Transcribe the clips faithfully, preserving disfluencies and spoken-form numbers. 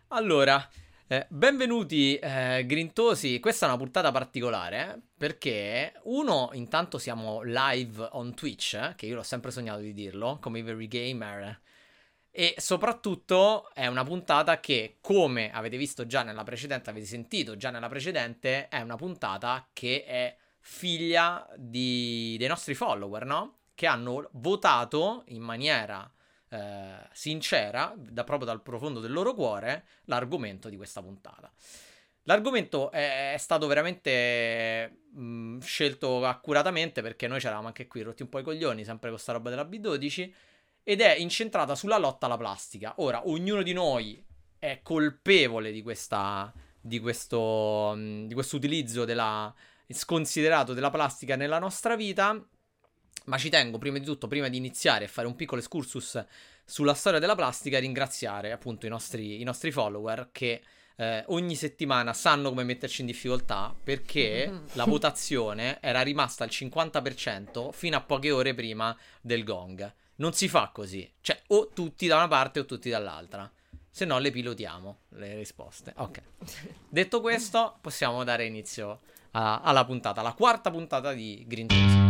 Allora, eh, benvenuti eh, grintosi, questa è una puntata particolare eh, perché uno, intanto siamo live on Twitch, eh, che io l'ho sempre sognato di dirlo, come i veri gamer, e soprattutto è una puntata che, come avete visto già nella precedente, avete sentito già nella precedente, è una puntata che è figlia di, dei nostri follower, no? Che hanno votato in maniera eh, sincera, da, proprio dal profondo del loro cuore, l'argomento di questa puntata. L'argomento è, è stato veramente mh, scelto accuratamente perché noi c'eravamo anche qui rotti un po' i coglioni, sempre con sta roba della B dodici, ed è incentrata sulla lotta alla plastica. Ora, ognuno di noi è colpevole di questa di questo mh, di questo utilizzo della sconsiderato della plastica nella nostra vita, ma ci tengo prima di tutto, prima di iniziare a fare un piccolo excursus sulla storia della plastica, a ringraziare appunto i nostri, i nostri follower che eh, ogni settimana sanno come metterci in difficoltà, perché la votazione era rimasta al cinquanta per cento fino a poche ore prima del gong. Non si fa così, cioè o tutti da una parte o tutti dall'altra, se no le pilotiamo le risposte. Ok, detto questo possiamo dare inizio a, alla puntata, la quarta puntata di Green Toast.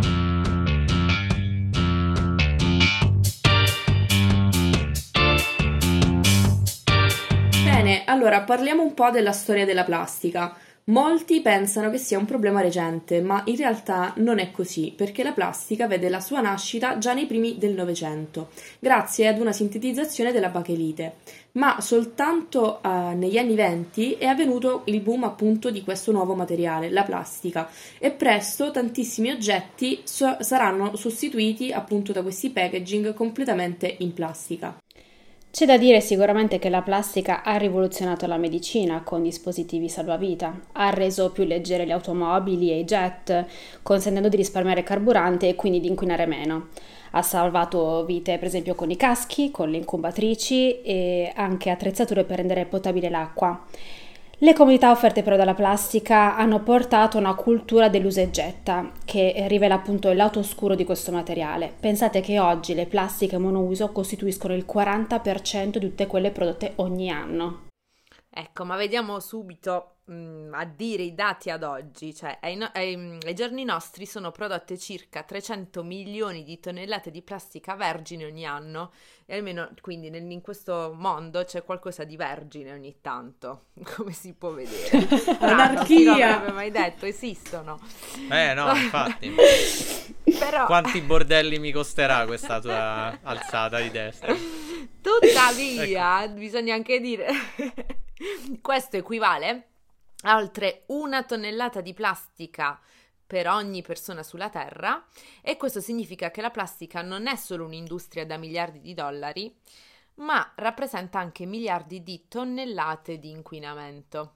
Bene, allora parliamo un po' della storia della plastica. Molti pensano che sia un problema recente, ma in realtà non è così, perché la plastica vede la sua nascita già nei primi del Novecento, grazie ad una sintetizzazione della bachelite. Ma soltanto eh, negli anni venti è avvenuto il boom appunto di questo nuovo materiale, la plastica, e presto tantissimi oggetti so- saranno sostituiti appunto da questi packaging completamente in plastica. C'è da dire sicuramente che la plastica ha rivoluzionato la medicina con dispositivi salvavita, ha reso più leggere le automobili e i jet, consentendo di risparmiare carburante e quindi di inquinare meno. Ha salvato vite per esempio con i caschi, con le incubatrici e anche attrezzature per rendere potabile l'acqua. Le comodità offerte però dalla plastica hanno portato a una cultura dell'usa e getta, che rivela appunto il lato oscuro di questo materiale. Pensate che oggi le plastiche monouso costituiscono il quaranta per cento di tutte quelle prodotte ogni anno. Ecco, ma vediamo subito mh, a dire i dati ad oggi, cioè ai, no- ai, ai giorni nostri sono prodotte circa trecento milioni di tonnellate di plastica vergine ogni anno, e almeno quindi nel- in questo mondo c'è qualcosa di vergine ogni tanto, come si può vedere. Strano, chi lo Anarchia! avrebbe mai detto, esistono. Eh no, infatti. Però Quanti bordelli mi costerà questa tua alzata di testa? tuttavia, bisogna anche dire, questo equivale a oltre una tonnellata di plastica per ogni persona sulla Terra, e questo significa che la plastica non è solo un'industria da miliardi di dollari, ma rappresenta anche miliardi di tonnellate di inquinamento.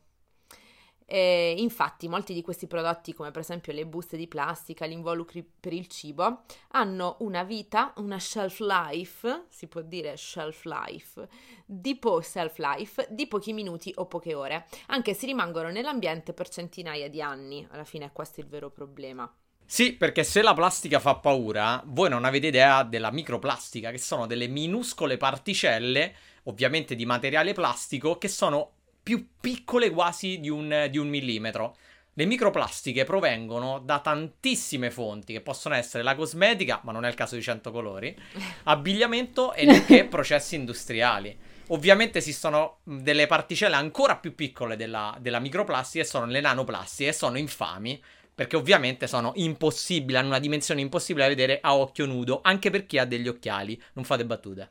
E infatti molti di questi prodotti, come per esempio le buste di plastica, gli involucri per il cibo, hanno una vita, una shelf life, si può dire shelf life, di po- shelf life di pochi minuti o poche ore, anche se rimangono nell'ambiente per centinaia di anni. Alla fine questo è il vero problema. Sì, perché se la plastica fa paura, voi non avete idea della microplastica, che sono delle minuscole particelle, ovviamente di materiale plastico, che sono più piccole quasi di un, di un millimetro. Le microplastiche provengono da tantissime fonti, che possono essere la cosmetica, ma non è il caso di cento colori, abbigliamento e nonché processi industriali. Ovviamente esistono delle particelle ancora più piccole della, della microplastica, e sono le nanoplastiche, e sono infami, perché ovviamente sono impossibili, hanno una dimensione impossibile da vedere a occhio nudo, anche per chi ha degli occhiali. Non fate battute.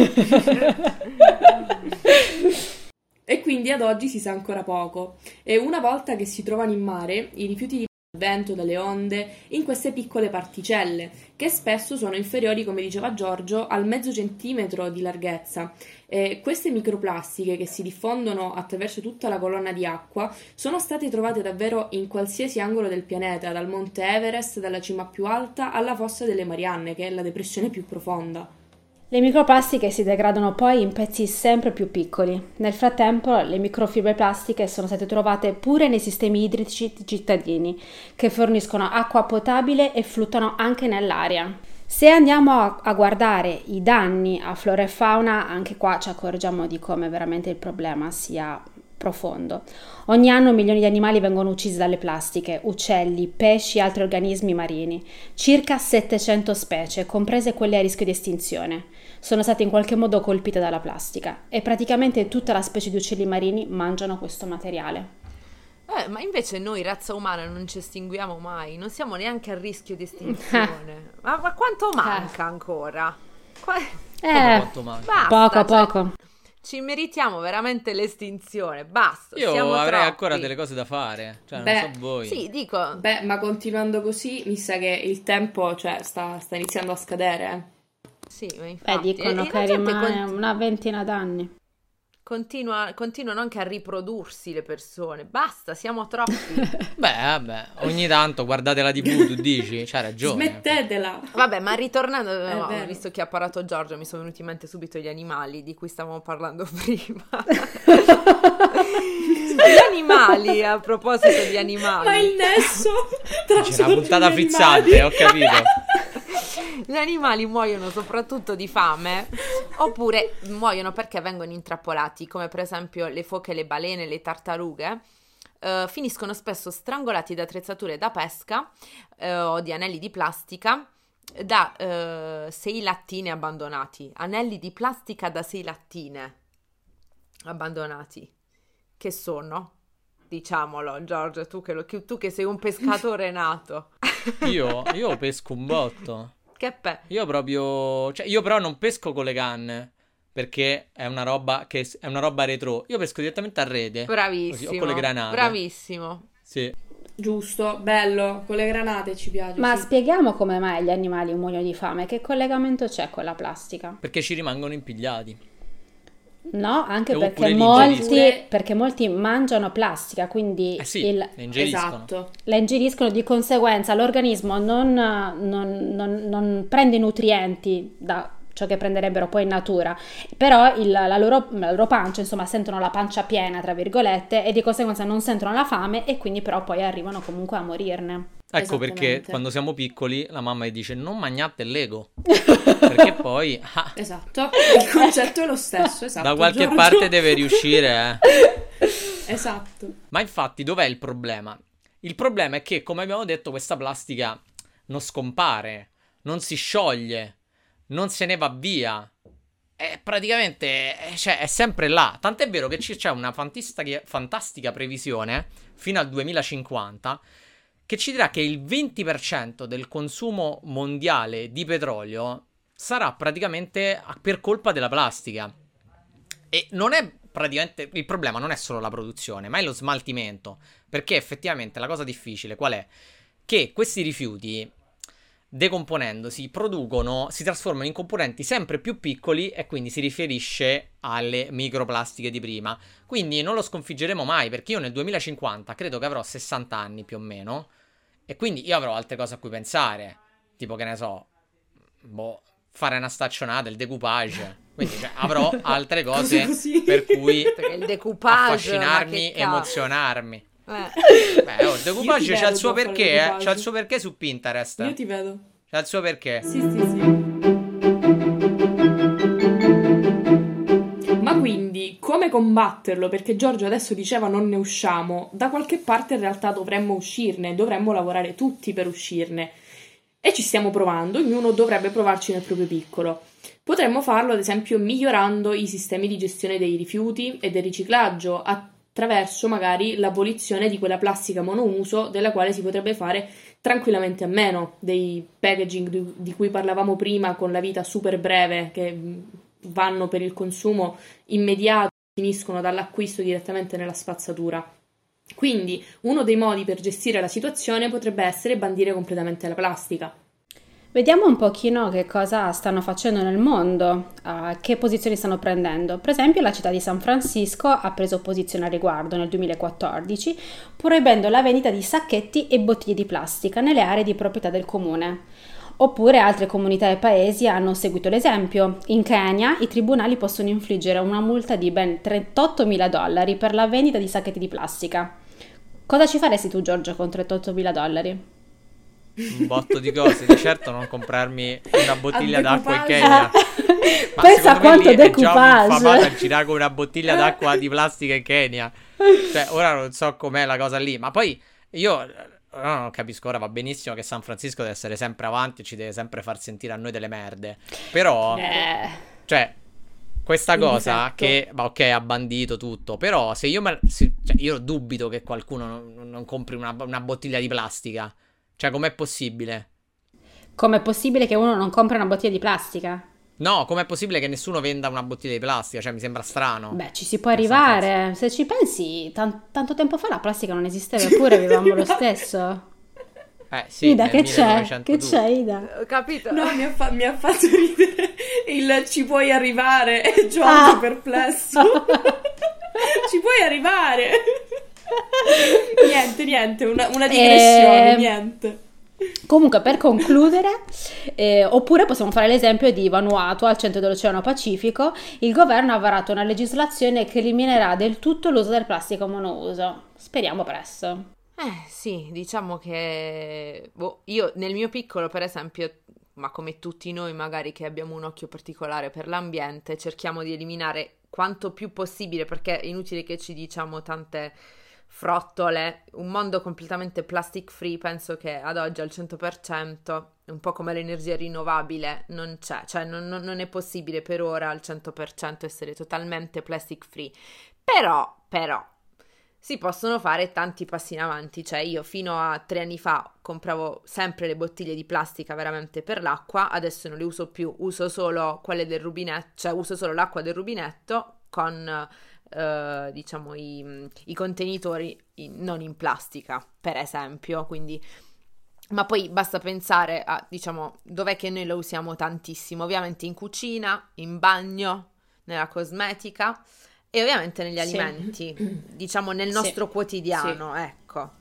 E quindi ad oggi si sa ancora poco. E una volta che si trovano in mare, i rifiuti di vento, dalle onde, in queste piccole particelle, che spesso sono inferiori, come diceva Giorgio, al mezzo centimetro di larghezza. E queste microplastiche, che si diffondono attraverso tutta la colonna di acqua, sono state trovate davvero in qualsiasi angolo del pianeta, dal Monte Everest, dalla cima più alta, alla fossa delle Marianne, che è la depressione più profonda. Le microplastiche si degradano poi in pezzi sempre più piccoli. Nel frattempo, le microfibre plastiche sono state trovate pure nei sistemi idrici cittadini, che forniscono acqua potabile e fluttuano anche nell'aria. Se andiamo a, a guardare i danni a flora e fauna, anche qua ci accorgiamo di come veramente il problema sia profondo. Ogni anno milioni di animali vengono uccisi dalle plastiche, uccelli, pesci e altri organismi marini. Circa settecento specie, comprese quelle a rischio di estinzione, sono state in qualche modo colpite dalla plastica e praticamente tutta la specie di uccelli marini mangiano questo materiale. Eh, ma invece noi, razza umana, non ci estinguiamo mai, non siamo neanche a rischio di estinzione. ma, ma quanto manca ancora? Qua... Eh, quanto manca? Basta, poco cioè, poco. ci meritiamo veramente l'estinzione, basta. Io siamo avrei troppi. ancora delle cose da fare, cioè Beh, non so voi. Sì, dico, Beh, ma continuando così, mi sa che il tempo, cioè, sta, sta iniziando a scadere. eh. sì, ma Beh, infatti. dicono E- e che la gente rimane con- una ventina d'anni. continua- continuano anche a riprodursi le persone, basta, siamo troppi. Beh, vabbè, ogni tanto guardate la tivù, tu dici, c'hai ragione. Smettetela! Vabbè, ma ritornando, no, vero. visto che ha parlato Giorgio, mi sono venuti in mente subito gli animali di cui stavamo parlando prima. Gli animali, a proposito di animali. Ma il nesso tra C'è una Giorgio puntata e gli frizzante, animali. ho capito. Gli animali muoiono soprattutto di fame oppure muoiono perché vengono intrappolati, come per esempio le foche, le balene, le tartarughe. Eh, finiscono spesso strangolati da attrezzature da pesca eh, o di anelli di plastica da eh, sei lattine abbandonati. Anelli di plastica da sei lattine abbandonati. Che sono? Diciamolo, Giorgio, tu che, lo- tu che sei un pescatore nato. Io, io pesco un botto. Che pe... Io proprio, cioè io però non pesco con le canne, perché è una roba che è una roba retro. Io pesco direttamente a rete. Bravissimo. Così, o con le granate. Bravissimo. Sì. Giusto, bello, con le granate ci piace. Ma sì. spieghiamo come mai gli animali muoiono di fame, che collegamento c'è con la plastica? Perché ci rimangono impigliati. No, anche Oppure perché li molti, ingeriscono. perché molti mangiano plastica, quindi Eh sì, il- le ingeriscono. Esatto. la ingeriscono, di conseguenza l'organismo non, non- non- non prende nutrienti da ciò che prenderebbero poi in natura, però il- la, loro, la loro pancia, insomma, sentono la pancia piena, tra virgolette, e di conseguenza non sentono la fame e quindi però poi arrivano comunque a morirne. Ecco perché Esattamente. quando siamo piccoli la mamma gli dice non mangiate l'ego. Perché poi ah, Esatto, il concetto è lo stesso, esatto. da qualche Giorgio. parte deve riuscire, eh. Esatto. Ma infatti dov'è il problema? Il problema è che, come abbiamo detto, questa plastica non scompare, non si scioglie, non se ne va via. È praticamente, eh, cioè, è sempre là. Tant'è vero che ci- c'è una fantastica, fantastica previsione fino al duemilacinquanta che ci dirà che il venti per cento del consumo mondiale di petrolio sarà praticamente a- per colpa della plastica. E non è praticamente il problema, non è solo la produzione, ma è lo smaltimento. Perché effettivamente la cosa difficile qual è? Che questi rifiuti, decomponendosi, producono, si trasformano in componenti sempre più piccoli e quindi si riferisce alle microplastiche di prima. Quindi non lo sconfiggeremo mai, perché io nel duemilacinquanta credo che avrò sessanta anni più o meno e quindi io avrò altre cose a cui pensare, tipo che ne so, boh, fare una staccionata, il decoupage. Quindi cioè, avrò altre cose Così. per cui Perché il decoupage, affascinarmi, ma che cazzo. emozionarmi. Eh. Beh, oh, il decoupage Io ti c'ha il vedo suo a fare perché, eh? decoupage. C'ha il suo perché su Pinterest. Io ti vedo. C'ha il suo perché. Sì, sì, sì. Ma quindi, come combatterlo? Perché Giorgio adesso diceva non ne usciamo. Da qualche parte in realtà dovremmo uscirne, dovremmo lavorare tutti per uscirne. E ci stiamo provando, ognuno dovrebbe provarci nel proprio piccolo. Potremmo farlo, ad esempio, migliorando i sistemi di gestione dei rifiuti e del riciclaggio, attraverso magari l'abolizione di quella plastica monouso della quale si potrebbe fare tranquillamente a meno, dei packaging di, di cui parlavamo prima con la vita super breve che mh, vanno per il consumo immediato, finiscono dall'acquisto direttamente nella spazzatura. Quindi uno dei modi per gestire la situazione potrebbe essere bandire completamente la plastica. Vediamo un pochino che cosa stanno facendo nel mondo, uh, che posizioni stanno prendendo. Per esempio la città di San Francisco ha preso posizione al riguardo nel duemilaquattordici, proibendo la vendita di sacchetti e bottiglie di plastica nelle aree di proprietà del comune. Oppure altre comunità e paesi hanno seguito l'esempio. In Kenya i tribunali possono infliggere una multa di ben trentottomila dollari per la vendita di sacchetti di plastica. Cosa ci faresti tu, Giorgio, con trentottomila dollari? un botto di cose. Di certo non comprarmi una bottiglia d'acqua in Kenya. Ma pensa a quanto lì è già un'infamata decoupage girare con una bottiglia d'acqua di plastica in Kenya. Cioè, ora non so com'è la cosa lì. Ma poi io no, non capisco. Ora va benissimo che San Francisco deve essere sempre avanti e ci deve sempre far sentire a noi delle merde. Però, eh. cioè, questa Un cosa difetto. che, ma ok, ha bandito tutto. Però se io me, se- cioè, io dubito che qualcuno non, non compri una, una bottiglia di plastica. Cioè, com'è possibile? Com'è possibile che uno non compra una bottiglia di plastica? No, com'è possibile che nessuno venda una bottiglia di plastica? Cioè, mi sembra strano. Beh, ci si può Abbastanza. arrivare. Se ci pensi, tan- tanto tempo fa la plastica non esisteva, eppure avevamo lo stesso. Eh, sì, Ida, nel che c'è? Che millenovecentodue. c'è, Ida? Ho capito. No, mi ha, fa- mi ha fatto ridere il ci puoi arrivare e Giorgio Ah. perplesso. Ci puoi arrivare. Niente, niente, una, una digressione, Eh, niente. Comunque, per concludere, eh, oppure possiamo fare l'esempio di Vanuatu, al centro dell'Oceano Pacifico. Il governo ha varato una legislazione che eliminerà del tutto l'uso del plastica monouso. Speriamo presto. Eh sì, diciamo che boh, io nel mio piccolo, per esempio, ma come tutti noi magari che abbiamo un occhio particolare per l'ambiente, cerchiamo di eliminare quanto più possibile, perché è inutile che ci diciamo tante frottole, un mondo completamente plastic free, penso che ad oggi al cento per cento, un po' come l'energia rinnovabile, non c'è, cioè non, non- non è possibile per ora al cento per cento essere totalmente plastic free, però, però, si possono fare tanti passi in avanti, cioè io fino a tre anni fa compravo sempre le bottiglie di plastica veramente per l'acqua, adesso non le uso più, uso solo quelle del rubinetto, cioè uso solo l'acqua del rubinetto con eh, diciamo i, i contenitori in- non in plastica, per esempio, quindi ma poi basta pensare a, diciamo, dov'è che noi lo usiamo tantissimo, ovviamente in cucina, in bagno, nella cosmetica e ovviamente negli Sì. alimenti, diciamo nel Sì. nostro quotidiano, ecco.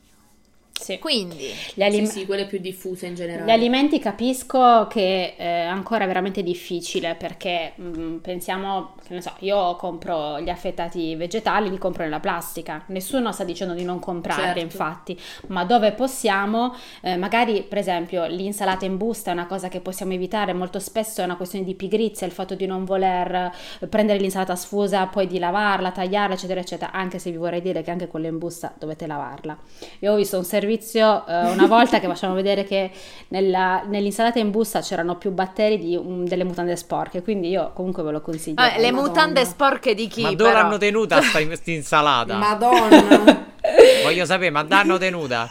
Sì. Quindi, Gli alim- Sì, sì, quelle più diffuse in generale. Gli alimenti capisco che è ancora veramente difficile perché mh, pensiamo, che ne so, io compro gli affettati vegetali, li compro nella plastica, nessuno sta dicendo di non comprarli Certo. infatti, ma dove possiamo, eh, magari per esempio l'insalata in busta è una cosa che possiamo evitare, molto spesso è una questione di pigrizia, il fatto di non voler eh, prendere l'insalata sfusa, poi di lavarla, tagliarla eccetera eccetera, anche se vi vorrei dire che anche quella in busta dovete lavarla. Io ho visto un servizio eh, una volta che facevano vedere che nella- nell'insalata in busta c'erano più batteri di um, delle mutande sporche, quindi io comunque ve lo consiglio. vabbè, le Madonna. mutande sporche di chi? Ma dove però? l'hanno tenuta sta, sta insalata? Madonna. Voglio sapere, ma l'hanno tenuta?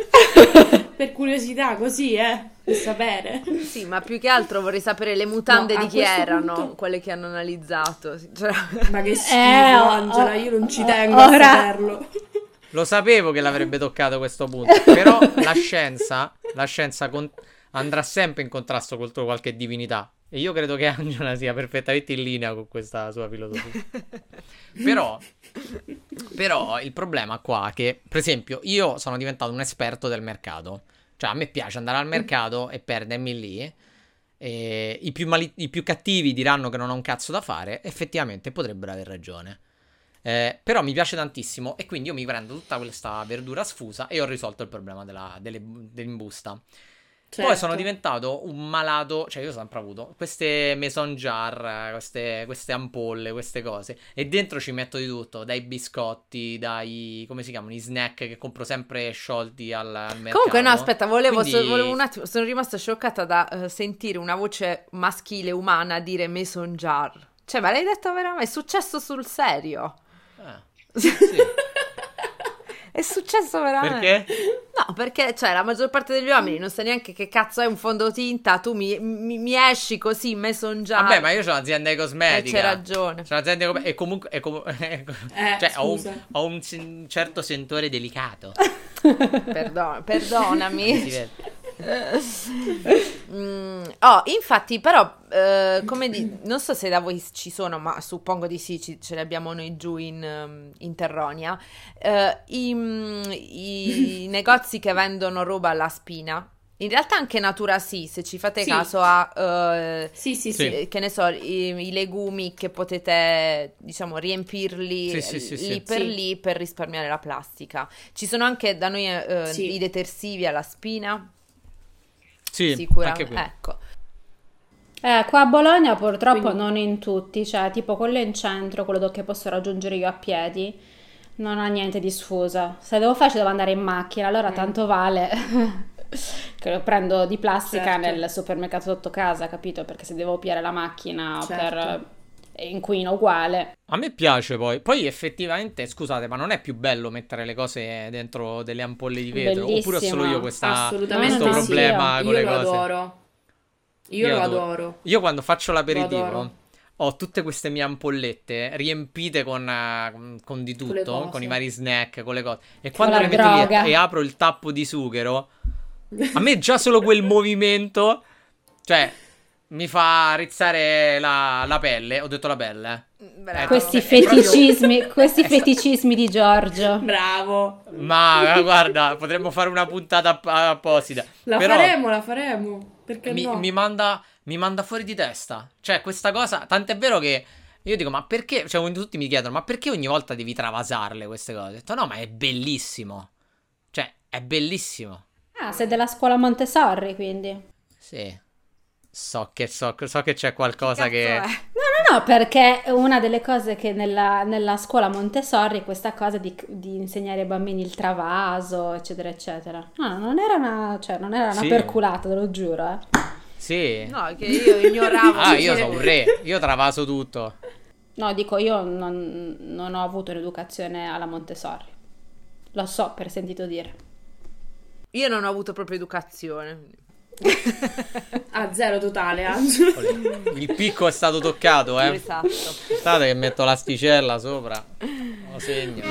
Per curiosità, così, eh, per sapere. Sì, ma più che altro vorrei sapere le mutande No, a di chi questo erano, punto- quelle che hanno analizzato. Cioè, Ma che schifo, Eh, o- Angela, io non ci o- tengo a ora- saperlo. Lo sapevo che l'avrebbe toccato questo punto. Però la scienza, la scienza con- andrà sempre in contrasto contro qualche divinità. E io credo che Angela sia perfettamente in linea con questa sua filosofia. Però, però il problema qua è che, per esempio, io sono diventato un esperto del mercato. Cioè, a me piace andare al mercato e perdermi lì. E i più mali- i più cattivi diranno che non ho un cazzo da fare. Effettivamente potrebbero aver ragione. Eh, però mi piace tantissimo e quindi io mi prendo tutta questa verdura sfusa e ho risolto il problema della, delle, dell'imbusta. Poi Certo. sono diventato un malato, cioè io ho sempre avuto queste mason jar, queste, queste ampolle, queste cose e dentro ci metto di tutto, dai biscotti, dai, come si chiamano, i snack che compro sempre sciolti al, al mercato. comunque no, aspetta, volevo, Quindi- so- volevo un attimo, sono rimasta scioccata da eh, sentire una voce maschile umana dire mason jar. Cioè, ma l'hai detto veramente? È successo sul serio? Ah, sì. È successo veramente? Perché? No, perché cioè la maggior parte degli uomini non sa neanche che cazzo è un fondotinta, tu mi, mi, mi esci così, mason jar. Vabbè, ma io ho un'azienda di Eh, cosmetica. c'hai ragione. C'è un'azienda di com- e comunque, e comu- Eh, cioè, ho un, scusa. ho un sen- certo sentore delicato. Perdona, perdonami. Si vede. Mm, oh, infatti, però, eh, come di- non so se da voi ci sono, ma suppongo di sì, ci- ce li abbiamo noi giù in, ehm, in Terronia, eh, i, mm, i negozi che vendono roba alla spina. In realtà anche Natura sì, se ci fate Sì. caso a, eh, Sì, sì, Sì. sì. eh, che ne so, i, i legumi che potete, diciamo, riempirli Sì, sì, sì, lì sì. per Sì. lì per risparmiare la plastica. Ci sono anche da noi eh, Sì. i detersivi alla spina. Sì, sicura, anche qui. ecco. Eh, qua a Bologna purtroppo Quindi- non in tutti, cioè tipo quello in centro, quello che posso raggiungere io a piedi, non ha niente di sfusa. Se devo fare ci devo andare in macchina, allora Mm. tanto vale che lo prendo di plastica Certo. nel supermercato sotto casa, capito? Perché se devo piare la macchina Certo. per eh, inquino uguale. A me piace poi. Poi effettivamente, scusate, ma non è più bello mettere le cose dentro delle ampolle di vetro? Oppure ho solo Bellissimo. io questa, Assolutamente questo no, sì. problema Io con le lo cose? adoro. Io, Io lo adoro. adoro. Io quando faccio Lo l'aperitivo adoro. ho tutte queste mie ampollette riempite con, eh, con di Con le tutto, cose. con i vari snack, con le cose. E quando la le metto via droga. e apro il tappo di sughero, a me già solo quel movimento, cioè, mi fa rizzare la, la pelle. Ho detto la pelle. Bravo. Questi è proprio- feticismi, questi Esatto. feticismi di Giorgio. Bravo. Ma guarda, potremmo fare una puntata app- apposita. La Però faremo, la faremo. Perché mi, no? mi manda, mi manda fuori di testa. Cioè, questa cosa, tant'è vero che io dico, ma perché? Cioè, tutti mi chiedono, ma perché ogni volta devi travasarle queste cose? Ho detto, no, ma è bellissimo. Cioè, è bellissimo. Ah, sei della scuola Montessori, quindi. Sì. So che, so, so che c'è qualcosa che... Cazzo è? No, no, no, perché una delle cose che nella, nella scuola Montessori è questa cosa di, di insegnare ai bambini il travaso, eccetera, eccetera. No, non era una, cioè, non era una Sì. perculata, te lo giuro, eh. Sì. No, che io ignoravo. Ah, io sono un re. Io travaso tutto. No, dico, io non, non ho avuto un'educazione alla Montessori. Lo so per sentito dire. Io non ho avuto proprio educazione. Ah, zero totale, Angelo. Il picco è stato toccato, eh. Esatto. Aspettate che metto l'asticella sopra. Lo segno.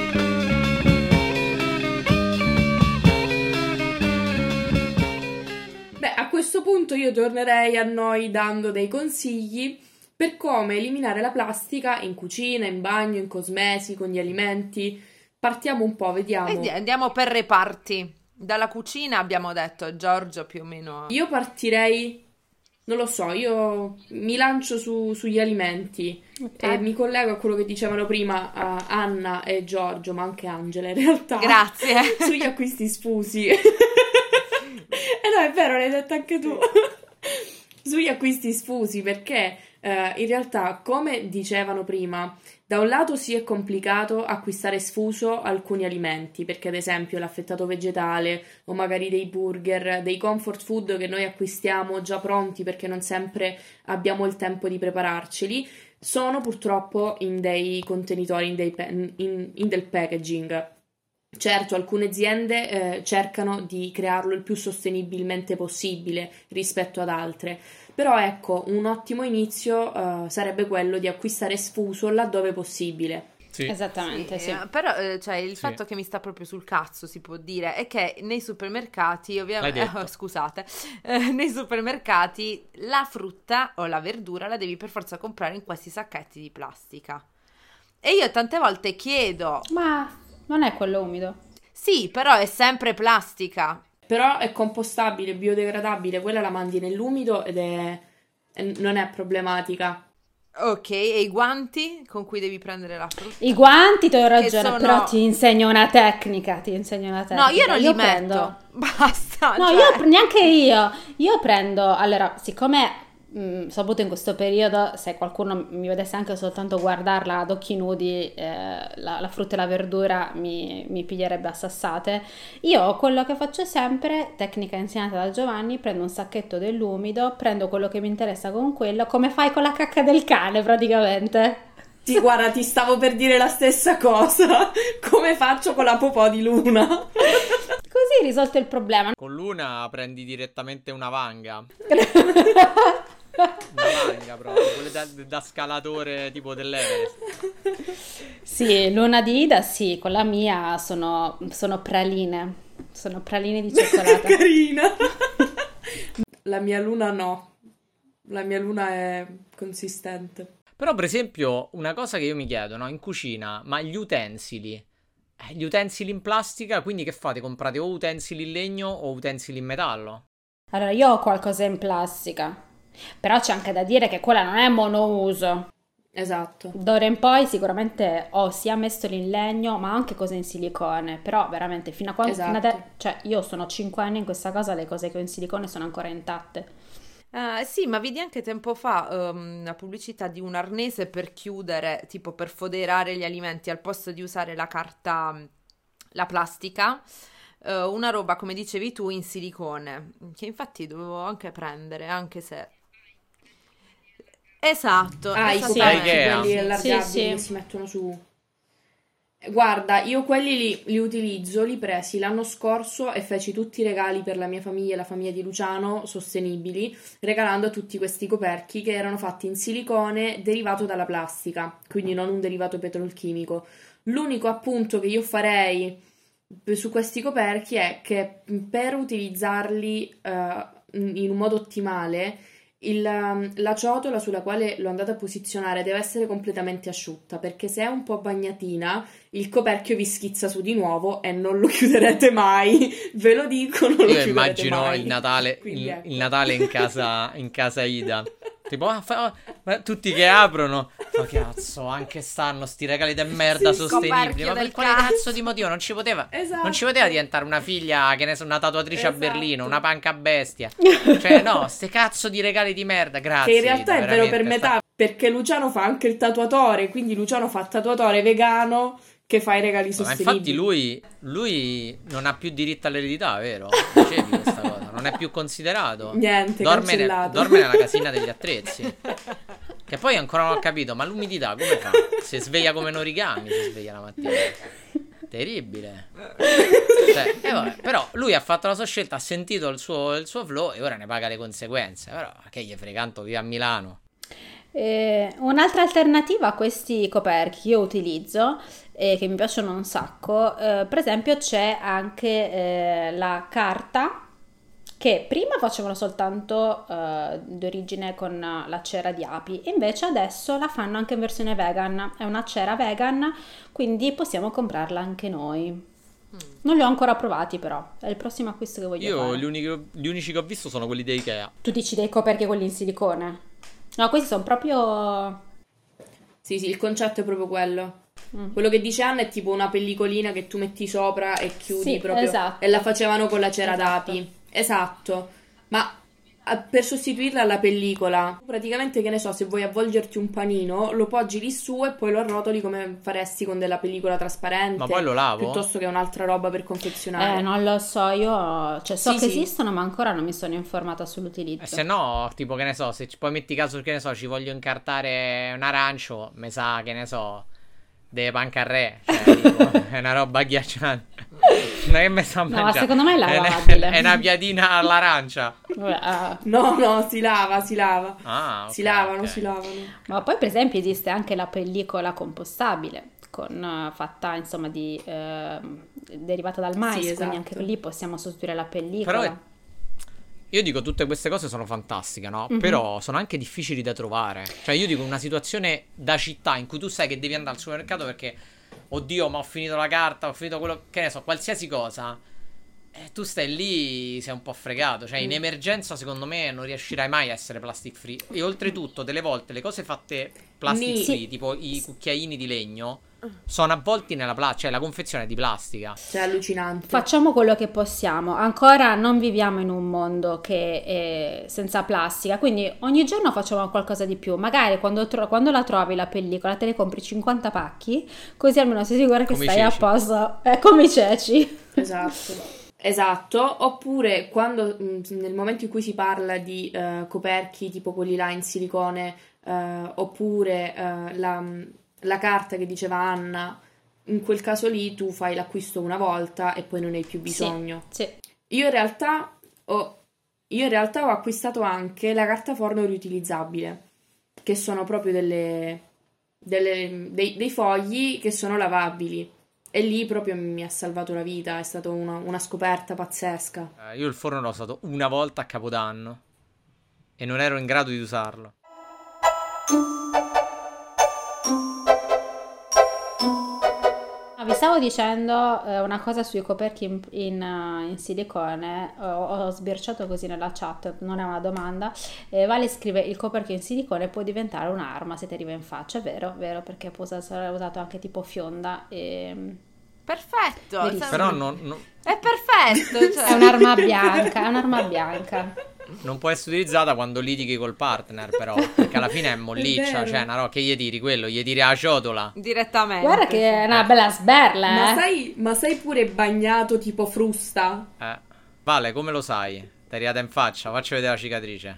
Beh, a questo punto io tornerei a noi dando dei consigli per come eliminare la plastica in cucina, in bagno, in cosmesi, con gli alimenti. Partiamo un po', vediamo. E andiamo per reparti. Dalla cucina abbiamo detto Giorgio più o meno. Io partirei, non lo so, io mi lancio su- sugli alimenti Ok. e mi collego a quello che dicevano prima uh, Anna e Giorgio, ma anche Angela in realtà. Grazie. Sugli acquisti sfusi. Eh no, è vero, l'hai detto anche tu. Sugli acquisti sfusi, perché eh, in realtà, come dicevano prima, da un lato sì è complicato acquistare sfuso alcuni alimenti, perché ad esempio l'affettato vegetale o magari dei burger, dei comfort food che noi acquistiamo già pronti perché non sempre abbiamo il tempo di prepararceli, sono purtroppo in dei contenitori, in, dei pa- in- in del packaging. Certo, alcune aziende eh, cercano di crearlo il più sostenibilmente possibile rispetto ad altre, però ecco, un ottimo inizio eh, sarebbe quello di acquistare sfuso laddove possibile. Sì. Esattamente, sì. eh, Però eh, cioè, il Sì. fatto che mi sta proprio sul cazzo, si può dire, è che nei supermercati, ovviamente, L'hai detto. scusate, eh, nei supermercati la frutta o la verdura la devi per forza comprare in questi sacchetti di plastica. E io tante volte chiedo, Ma non è quello umido. sì, però è sempre plastica. Però è compostabile, biodegradabile, quella la mandi nell'umido ed è, è- non è problematica. Ok, e i guanti con cui devi prendere la frutta? I guanti, ti ho ragione, sono- però ti insegno una tecnica, ti insegno una tecnica. No, io non li metto. prendo... Basta. No, cioè- io neanche io. Io prendo, allora, siccome mh, soprattutto in questo periodo, se qualcuno mi vedesse anche soltanto guardarla ad occhi nudi, eh, la, la frutta e la verdura mi, mi piglierebbe a sassate. Io quello che faccio sempre, tecnica insegnata da Giovanni, prendo un sacchetto dell'umido, prendo quello che mi interessa con quello, come fai con la cacca del cane praticamente. Sì, guarda, ti stavo per dire la stessa cosa. Come faccio con la popò di Luna? Così risolto il problema. Con l'una prendi direttamente una vanga. Una vanga proprio, quelle da, da scalatore tipo dell'Everest. Sì, l'una di Ida sì, con la mia sono, sono praline, sono praline di cioccolata. Carina. La mia Luna no. La mia Luna è consistente. Però per esempio una cosa che io mi chiedo, no, in cucina, ma gli utensili, eh, gli utensili in plastica, quindi che fate? Comprate o utensili in legno o utensili in metallo? Allora, io ho qualcosa in plastica, però c'è anche da dire che quella non è monouso. Esatto. D'ora in poi sicuramente ho sia mestoli in legno ma anche cose in silicone, però veramente fino a quando... fino Esatto. ade- cioè io sono cinque anni in questa casa, le cose che ho in silicone sono ancora intatte. Ah, sì, ma vedi anche tempo fa ehm, la pubblicità di un arnese per chiudere, tipo per foderare gli alimenti al posto di usare la carta, la plastica, eh, una roba, come dicevi tu, in silicone, che infatti dovevo anche prendere, anche se... Esatto, Ah, i Sì. Da coperchi, Ikea. quelli Sì, allargabili sì. che si mettono su. Guarda, io quelli li, li utilizzo, li presi l'anno scorso e feci tutti i regali per la mia famiglia e la famiglia di Luciano sostenibili, regalando tutti questi coperchi che erano fatti in silicone derivato dalla plastica, quindi non un derivato petrolchimico. L'unico appunto che io farei su questi coperchi è che per utilizzarli eh, in un modo ottimale il, um, la ciotola sulla quale lo andate a posizionare deve essere completamente asciutta, perché se è un po' bagnatina il coperchio vi schizza su di nuovo e non lo chiuderete mai, ve lo dico, non lo Io chiuderete immagino mai. il Natale, Quindi il, ecco. il Natale in casa, in casa Ida. Tipo, ah, fa- ah, ma tutti che aprono. Ma cazzo, anche stanno sti regali de merda Sì, sostenibili. coperchio Ma per del quale cazzo. cazzo di motivo? Non ci poteva. Esatto. Non ci poteva diventare una figlia, che ne so, una tatuatrice a Esatto. Berlino, una panca bestia. Cioè, no, ste cazzo di regali di merda, grazie. Che in realtà Ida, è vero per veramente, sta- metà, perché Luciano fa anche il tatuatore, quindi Luciano fa tatuatore vegano che fa i regali Ma sostenibili. infatti lui, lui non ha più diritto all'eredità, vero? Dicevi questa cosa, non è più considerato. Niente, Dorme, ne- cancellato. dorme nella casina degli attrezzi. Che poi ancora non ho capito, ma l'umidità come fa? Si sveglia come un origami, si sveglia la mattina. Terribile. Cioè, e vabbè, però lui ha fatto la sua scelta, ha sentito il suo, il suo flow e ora ne paga le conseguenze. Però che gli frega, tanto vive a Milano. Eh, un'altra alternativa a questi coperchi che io utilizzo e che mi piacciono un sacco, eh, per esempio c'è anche eh, la carta che prima facevano soltanto eh, d'origine con la cera di api, invece adesso la fanno anche in versione vegan, è una cera vegan, quindi possiamo comprarla anche noi. Non li ho ancora provati però, è il prossimo acquisto che voglio Io fare. gli unici, gli unici che ho visto sono quelli di Ikea. Tu dici dei coperchi quelli in silicone? No, questi sono proprio... Sì, sì, il concetto è proprio quello. Mm. Quello che dice Anna è tipo una pellicolina che tu metti sopra e chiudi Sì, proprio. esatto. E la facevano con la cera Esatto. d'api. Esatto. Ma a- per sostituirla alla pellicola, praticamente che ne so, se vuoi avvolgerti un panino, lo poggi lì su e poi lo arrotoli come faresti con della pellicola trasparente. Ma poi lo lavo? Piuttosto che un'altra roba per confezionare. Eh, non lo so, io cioè, so Sì, che sì. esistono, ma ancora non mi sono informata sull'utilizzo. E se no, tipo, che ne so, se ci- poi metti caso che ne so, ci voglio incartare un arancio, mi sa, che ne so, deve pancarre, cioè, tipo, è una roba ghiacciante. Non è che mi sta a No, ma mangiare. secondo me è È una- lavabile. È una piadina all'arancia. Vabbè, ah. No, no, si lava, si lava. Ah, ok, si lavano, ok. si lavano. Ma poi per esempio esiste anche la pellicola compostabile, con, eh, fatta insomma di ehm, derivata dal mais, Sì, quindi esatto. anche lì possiamo sostituire la pellicola. Però è- io dico tutte queste cose sono fantastiche, no? Mhm. Però sono anche difficili da trovare. Cioè io dico una situazione da città in cui tu sai che devi andare al supermercato perché oddio, ma ho finito la carta, ho finito quello, che ne so, qualsiasi cosa. E tu stai lì, sei un po' fregato. Cioè, in Mm. emergenza, secondo me, non riuscirai mai a essere plastic free. E oltretutto, delle volte le cose fatte plastic Ni- free, Sì. tipo i cucchiaini di legno, sono avvolti nella plastica. Cioè, la confezione è di plastica. Cioè, allucinante. Facciamo quello che possiamo, ancora non viviamo in un mondo che è senza plastica, quindi ogni giorno facciamo qualcosa di più, magari quando, tro- quando la trovi la pellicola te ne compri cinquanta pacchi, così almeno sei sicura che Come i stai a ceci. posto, è come i ceci. Esatto. Esatto, oppure quando mh, nel momento in cui si parla di eh, coperchi tipo quelli là in silicone, eh, oppure eh, la, la carta che diceva Anna, in quel caso lì tu fai l'acquisto una volta e poi non hai più bisogno. Sì, Io in realtà ho, io in realtà ho acquistato anche la carta forno riutilizzabile, che sono proprio delle, delle- dei, dei fogli che sono lavabili. E lì proprio mi ha salvato la vita, è stata una, una scoperta pazzesca. Eh, io il forno l'ho usato una volta a Capodanno. E non ero in grado di usarlo. Vi stavo dicendo eh, una cosa sui coperchi in, in, uh, in silicone, ho, ho sbirciato così nella chat, non è una domanda. Eh, Vale scrive: il coperchio in silicone può diventare un'arma se ti arriva in faccia. È vero, vero, perché può essere usato anche tipo fionda e... Perfetto, Verissimo. Però non, non- è perfetto, cioè. È un'arma bianca, è un'arma bianca. non può essere utilizzata quando litighi col partner, però, perché alla fine è molliccia, vero. cioè, una roba, che gli tiri quello, gli tiri la ciotola. Direttamente. Guarda che è una bella sberla, Ma eh. sai, ma sai pure bagnato tipo frusta? Eh. Vale, come lo sai? Ti è arrivata in faccia, faccio vedere la cicatrice.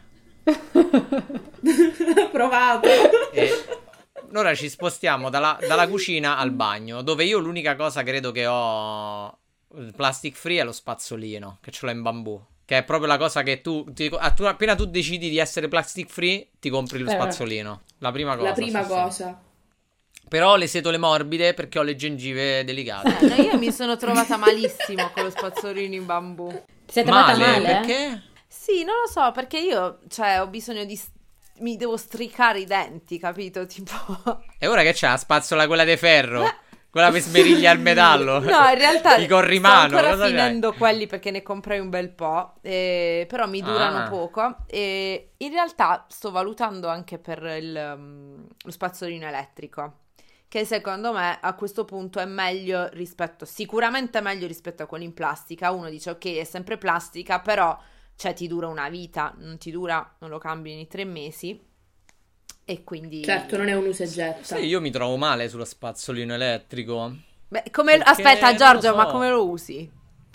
Provato. E ora ci spostiamo dalla, dalla cucina al bagno, dove io l'unica cosa credo che ho plastic free è lo spazzolino, che ce l'ho in bambù. Che è proprio la cosa che tu, ti- a- tu- appena tu decidi di essere plastic free, ti compri lo Eh. spazzolino. La prima cosa. La prima sì, sì. cosa. Però ho le setole morbide perché ho le gengive delicate. Eh, no, io mi sono trovata malissimo con lo spazzolino in bambù. Ti sei trovata Male, male? perché? Sì, non lo so, perché io, cioè, ho bisogno di... mi devo stricare i denti, capito? Tipo... E ora che c'è la spazzola quella di ferro? Quella per smerigliare il metallo? No, in realtà I corrimano, sto ancora cosa c'hai? finendo quelli perché ne comprai un bel po', eh, però mi durano Ah. poco e in realtà sto valutando anche per il, um, lo spazzolino elettrico, che secondo me a questo punto è meglio rispetto, sicuramente meglio rispetto a quelli in plastica. Uno dice ok, è sempre plastica, però cioè ti dura una vita, non ti dura, non lo cambi ogni tre mesi e quindi... Certo, non è un usa e getta. Sì, io mi trovo male sullo spazzolino elettrico. Beh, come... Perché Aspetta non Giorgio, lo ma so. come lo usi?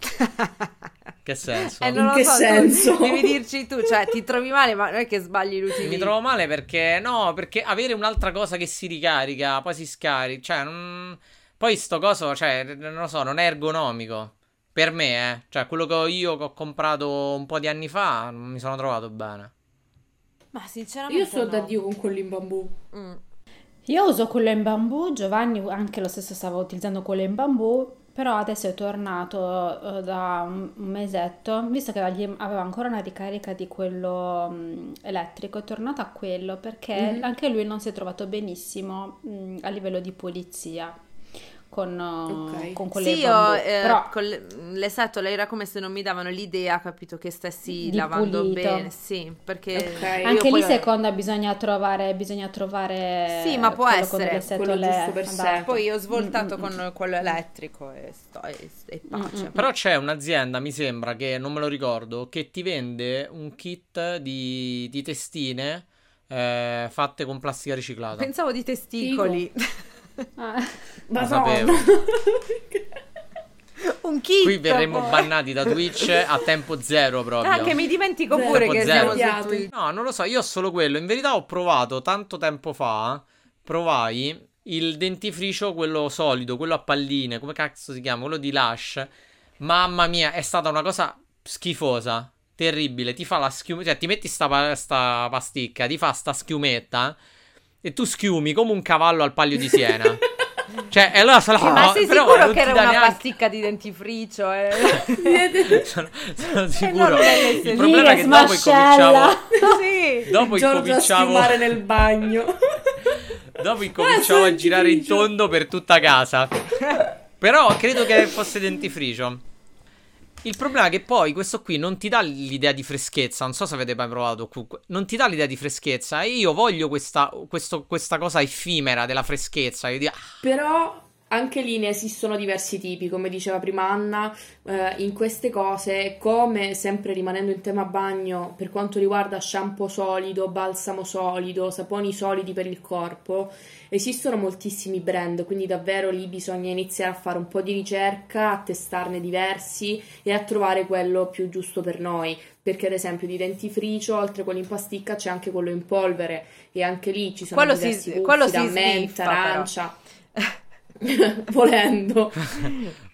Che senso? Eh, non In lo che so, tu senso? devi dirci tu, cioè ti trovi male, ma non è che sbagli l'utilizzo. Mi trovo male perché no, perché avere un'altra cosa che si ricarica, poi si scarica, cioè non... poi sto coso, cioè non lo so, non è ergonomico. Per me, eh, cioè quello che ho io che ho comprato un po' di anni fa, non mi sono trovato bene. Ma sinceramente Io sto no. da Dio con quello in bambù. Mm. Io uso quello in bambù, Giovanni anche lo stesso stava utilizzando quello in bambù, però adesso è tornato eh, da un un mesetto, visto che gli- aveva ancora una ricarica di quello mm, elettrico, è tornato a quello perché Mhm. anche lui non si è trovato benissimo mm, a livello di pulizia con, eh, Ok. con quello Sì, in io bambù. eh, Però con le, le setole era come se non mi davano l'idea, capito, che stessi Di lavando pulito. bene. Sì, perché Ok. io anche poi- lì seconda bisogna trovare, bisogna trovare Sì, ma può quello con essere delle quello setole giusto per sé. adatte. Poi ho svoltato Mm, mm, con quello elettrico e sto e, e pace. Mm, mm. Però c'è un'azienda, mi sembra, che non me lo ricordo, che ti vende un kit di, di testine eh, fatte con plastica riciclata. Pensavo di testicoli. Ah. Lo Madonna. sapevo. Un kit. Qui verremo poi. bannati da Twitch a tempo zero proprio. Ah, che mi dimentico Zero. pure Tempo che zero. siamo su Sbagliato. Twitch. No, non lo so, io ho solo quello. In verità ho provato tanto tempo fa, provai il dentifricio, quello solido, quello a palline, come cazzo si chiama? Quello di Lush. Mamma mia, è stata una cosa schifosa, terribile. Ti fa la schiuma, cioè ti metti sta, pa- sta pasticca, ti fa sta schiumetta e tu schiumi come un cavallo al Palio di Siena. Cioè, e allora se la- Ma sei però sicuro non che ti era dà una neanche- pasticca di dentifricio? Eh? sono, sono non sicuro. nelle Il sedie. problema è che dopo smascella. incominciavo Sì. dopo Giorgio a incominciavo schiumare nel bagno. Dopo incominciavo a girare in dentifricio. tondo per tutta casa. Però credo che fosse dentifricio. Il problema è che poi questo qui non ti dà l'idea di freschezza. Non so se avete mai provato. comunque, Non ti dà l'idea di freschezza. E io voglio questa, questo- questa cosa effimera della freschezza. Io dico, ah, Però anche lì ne esistono diversi tipi, come diceva prima Anna, eh, in queste cose, come sempre rimanendo in tema bagno, per quanto riguarda shampoo solido, balsamo solido, saponi solidi per il corpo, esistono moltissimi brand, quindi davvero lì bisogna iniziare a fare un po' di ricerca, a testarne diversi e a trovare quello più giusto per noi. Perché ad esempio di dentifricio, oltre a quello in pasticca, c'è anche quello in polvere e anche lì ci sono Quello si- diversi gusti, quello da si menta, sniffa, però. arancia. Volendo.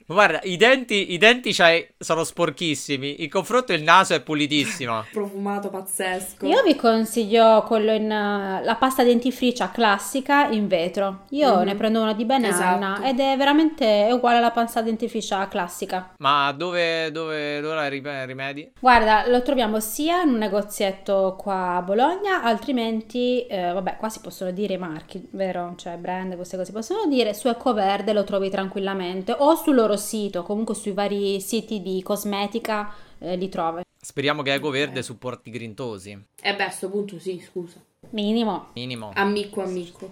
Guarda, i denti, i denti c'hai, sono sporchissimi. In confronto il naso è pulitissimo. Profumato pazzesco. Io vi consiglio quello in uh, la pasta dentifricia classica in vetro. Io Mhm. ne prendo una di Banana Esatto. ed è veramente è uguale alla pasta dentifricia classica. Ma dove, dove, dove la rip- rimedi? Guarda, lo troviamo sia in un negozietto qua a Bologna, altrimenti, eh, vabbè, qua si possono dire i marchi, vero? Cioè brand, queste cose si possono dire. Su Ecoverde lo trovi tranquillamente o sul loro sito, comunque sui vari siti di cosmetica eh, li trovi. Speriamo che Eco Ok. Verde supporti Grintosi. E beh, a sto punto sì, scusa. Minimo. Minimo. Amico, amico.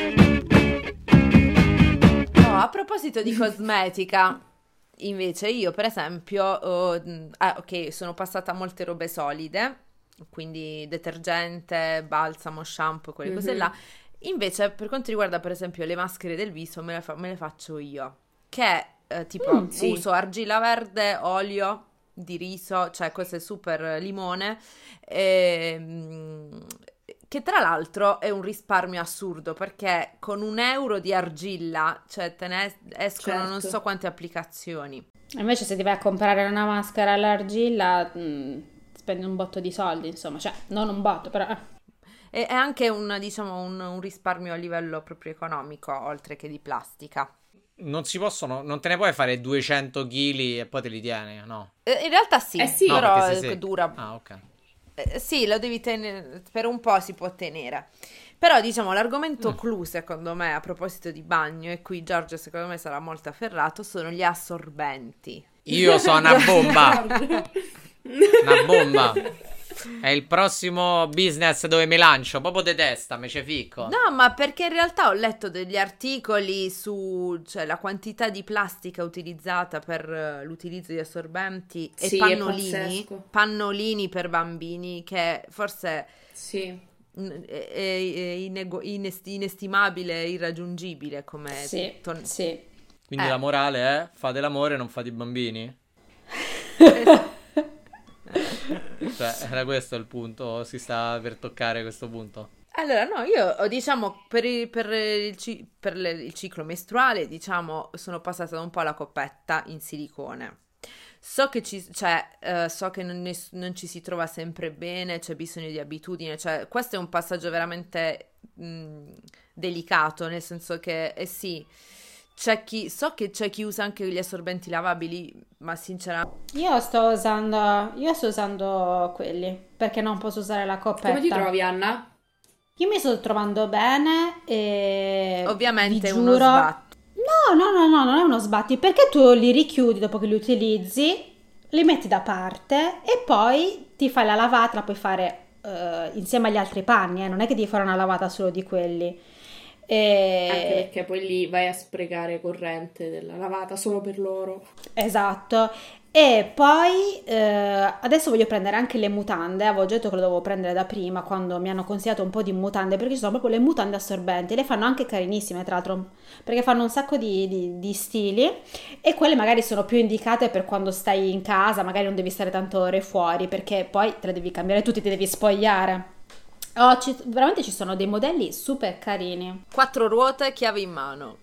No, a proposito di cosmetica, invece io per esempio, oh, mh, ah, ok, sono passata a molte robe solide, quindi detergente, balsamo, shampoo, quelle cose Mhm. là. Invece per quanto riguarda per esempio le maschere del viso, me le, fa- me le faccio io, che eh, tipo Mm, sì. uso argilla verde, olio di riso, cioè cose super limone, ehm, che tra l'altro è un risparmio assurdo perché con un euro di argilla, cioè te ne es- escono non Certo. so quante applicazioni. Invece se ti vai a comprare una maschera all'argilla, mm, spendi un botto di soldi, insomma, cioè non un botto, però... eh. E è anche un, diciamo, un, un risparmio a livello proprio economico, oltre che di plastica. Non si possono, non te ne puoi fare duecento chili e poi te li tieni, no? Eh, In realtà sì, Eh sì. No, però perché sei eh, secco. dura. Ah, ok. Eh, sì, lo devi tenere, per un po' si può tenere. Però diciamo l'argomento clou secondo me a proposito di bagno, e qui Giorgio secondo me sarà molto afferrato, sono gli assorbenti. Io sono una bomba. Una bomba. È il prossimo business dove mi lancio. Proprio de testa, me ce ficco. No, ma perché in realtà ho letto degli articoli su, cioè, la quantità di plastica utilizzata per eh, l'utilizzo di assorbenti e Sì, è pannolini, pazzesco. pannolini per bambini, che forse Sì. mm, è, è- è inego- inest- inestimabile e irraggiungibile come Sì, ton- sì. Quindi Eh. la morale è: fate l'amore, non fate i bambini. Cioè, era questo il punto. Si sta per toccare questo punto. Allora, no, io ho, diciamo per il, per il ci- per le- il ciclo mestruale, diciamo, sono passata da un po' alla coppetta in silicone. So che ci, cioè, eh, so che non, ne- non ci si trova sempre bene, c'è bisogno di abitudine, cioè, questo è un passaggio veramente mh, delicato, nel senso che, eh sì, c'è chi, so che c'è chi usa anche gli assorbenti lavabili, ma sinceramente... Io sto usando, io sto usando quelli, perché non posso usare la coppetta. Come ti trovi, Anna? Io mi sto trovando bene e Ovviamente vi è uno giuro... sbatto. No, no, no, no, non è uno sbatti, perché tu li richiudi dopo che li utilizzi, li metti da parte e poi ti fai la lavata, la puoi fare eh, insieme agli altri panni, eh, non è che devi fare una lavata solo di quelli. E- Anche perché poi lì vai a sprecare corrente della lavata solo per loro. Esatto. E poi eh, adesso voglio prendere anche le mutande. Avevo già detto che lo dovevo prendere da prima quando mi hanno consigliato un po' di mutande perché ci sono proprio le mutande assorbenti. Le fanno anche carinissime, tra l'altro, perché fanno un sacco di, di- di stili e quelle magari sono più indicate per quando stai in casa, magari non devi stare tante ore fuori perché poi te le devi cambiare tutti, ti devi spogliare. Oh, ci- veramente ci sono dei modelli super carini. Quattro ruote, chiave in mano.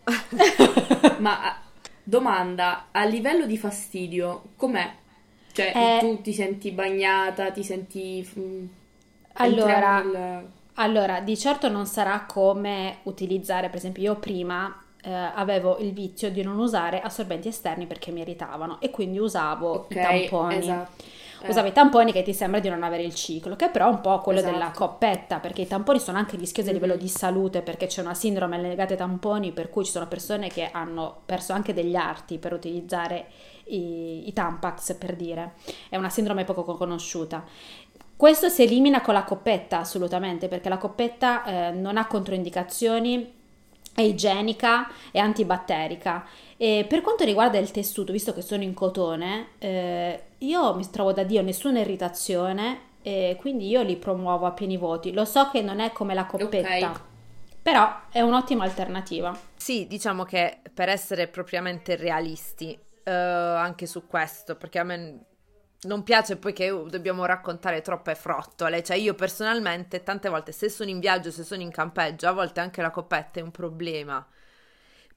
Ma ah, domanda, a livello di fastidio, com'è? Cioè, Eh. tu ti senti bagnata, ti senti... mm, Allora, entriamo nel- allora, di certo non sarà come utilizzare, per esempio, io prima eh, avevo il vizio di non usare assorbenti esterni perché mi irritavano e quindi usavo Ok, i tamponi. esatto. Eh, Usavo i tamponi che ti sembra di non avere il ciclo, che però è un po' quello Esatto. della coppetta, perché i tamponi sono anche rischiosi a livello Mhm. di salute, perché c'è una sindrome legata ai tamponi, per cui ci sono persone che hanno perso anche degli arti per utilizzare i, i Tampax, per dire. È una sindrome poco conosciuta. Questo si elimina con la coppetta, assolutamente, perché la coppetta eh, non ha controindicazioni, è igienica e antibatterica. E per quanto riguarda il tessuto, visto che sono in cotone, eh, io mi trovo da Dio nessuna irritazione e quindi io li promuovo a pieni voti. Lo so che non è come la coppetta, Ok. però è un'ottima alternativa. Sì, diciamo che per essere propriamente realisti eh, anche su questo, perché a me non piace poi che uh, dobbiamo raccontare troppe frottole, cioè io personalmente tante volte se sono in viaggio, se sono in campeggio, a volte anche la coppetta è un problema,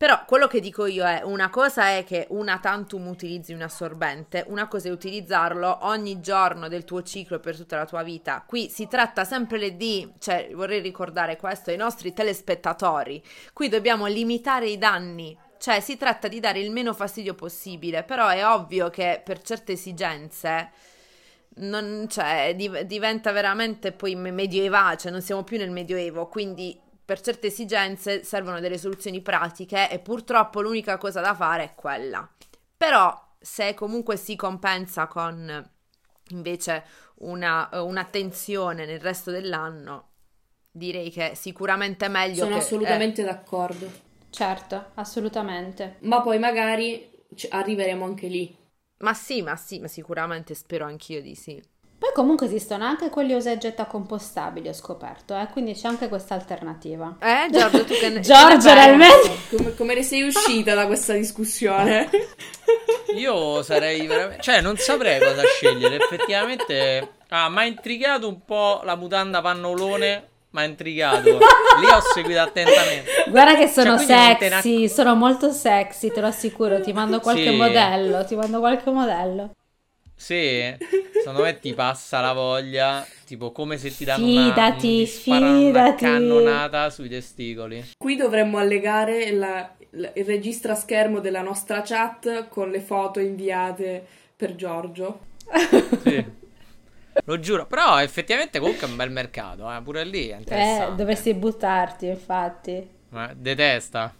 Però quello che dico io è, una cosa è che una tantum utilizzi un assorbente, una cosa è utilizzarlo ogni giorno del tuo ciclo per tutta la tua vita. Qui si tratta sempre di, cioè vorrei ricordare questo ai nostri telespettatori, qui dobbiamo limitare i danni, cioè si tratta di dare il meno fastidio possibile, però è ovvio che per certe esigenze non, cioè, div- diventa veramente poi medioevale, cioè non siamo più nel medioevo, quindi per certe esigenze servono delle soluzioni pratiche e purtroppo l'unica cosa da fare è quella. Però se comunque si compensa con invece una, un'attenzione nel resto dell'anno, direi che sicuramente è meglio. Sono che, assolutamente eh. d'accordo. Certo, assolutamente. Ma poi magari ci- arriveremo anche lì. Ma sì, ma sì, ma sicuramente spero anch'io di sì. Poi comunque esistono anche quelli usa e getta compostabili, ho scoperto, eh? Quindi c'è anche questa alternativa. Eh, Giorgio, tu che ne... Giorgio, che ne realmente? pensi? Come, come ne sei uscita da questa discussione? Io sarei veramente... Cioè, non saprei cosa scegliere. Effettivamente... Ah, mi ha intrigato un po' la mutanda pannolone. Mi ha intrigato. Lì ho seguito attentamente. Guarda che sono Cioè, quindi non te ne sexy, acc- sono molto sexy, te lo assicuro. Ti mando qualche Sì. modello, ti mando qualche modello. Sì, secondo me ti passa la voglia. Tipo, come se ti danno una... Fidati, ti sparano una fidati. cannonata sui testicoli. Qui dovremmo allegare la- la- il registro a schermo della nostra chat con le foto inviate per Giorgio. Sì. Lo giuro. Però effettivamente comunque è un bel mercato. Eh. Pure lì è Eh, interessante. dovresti buttarti, infatti. Ma detesta.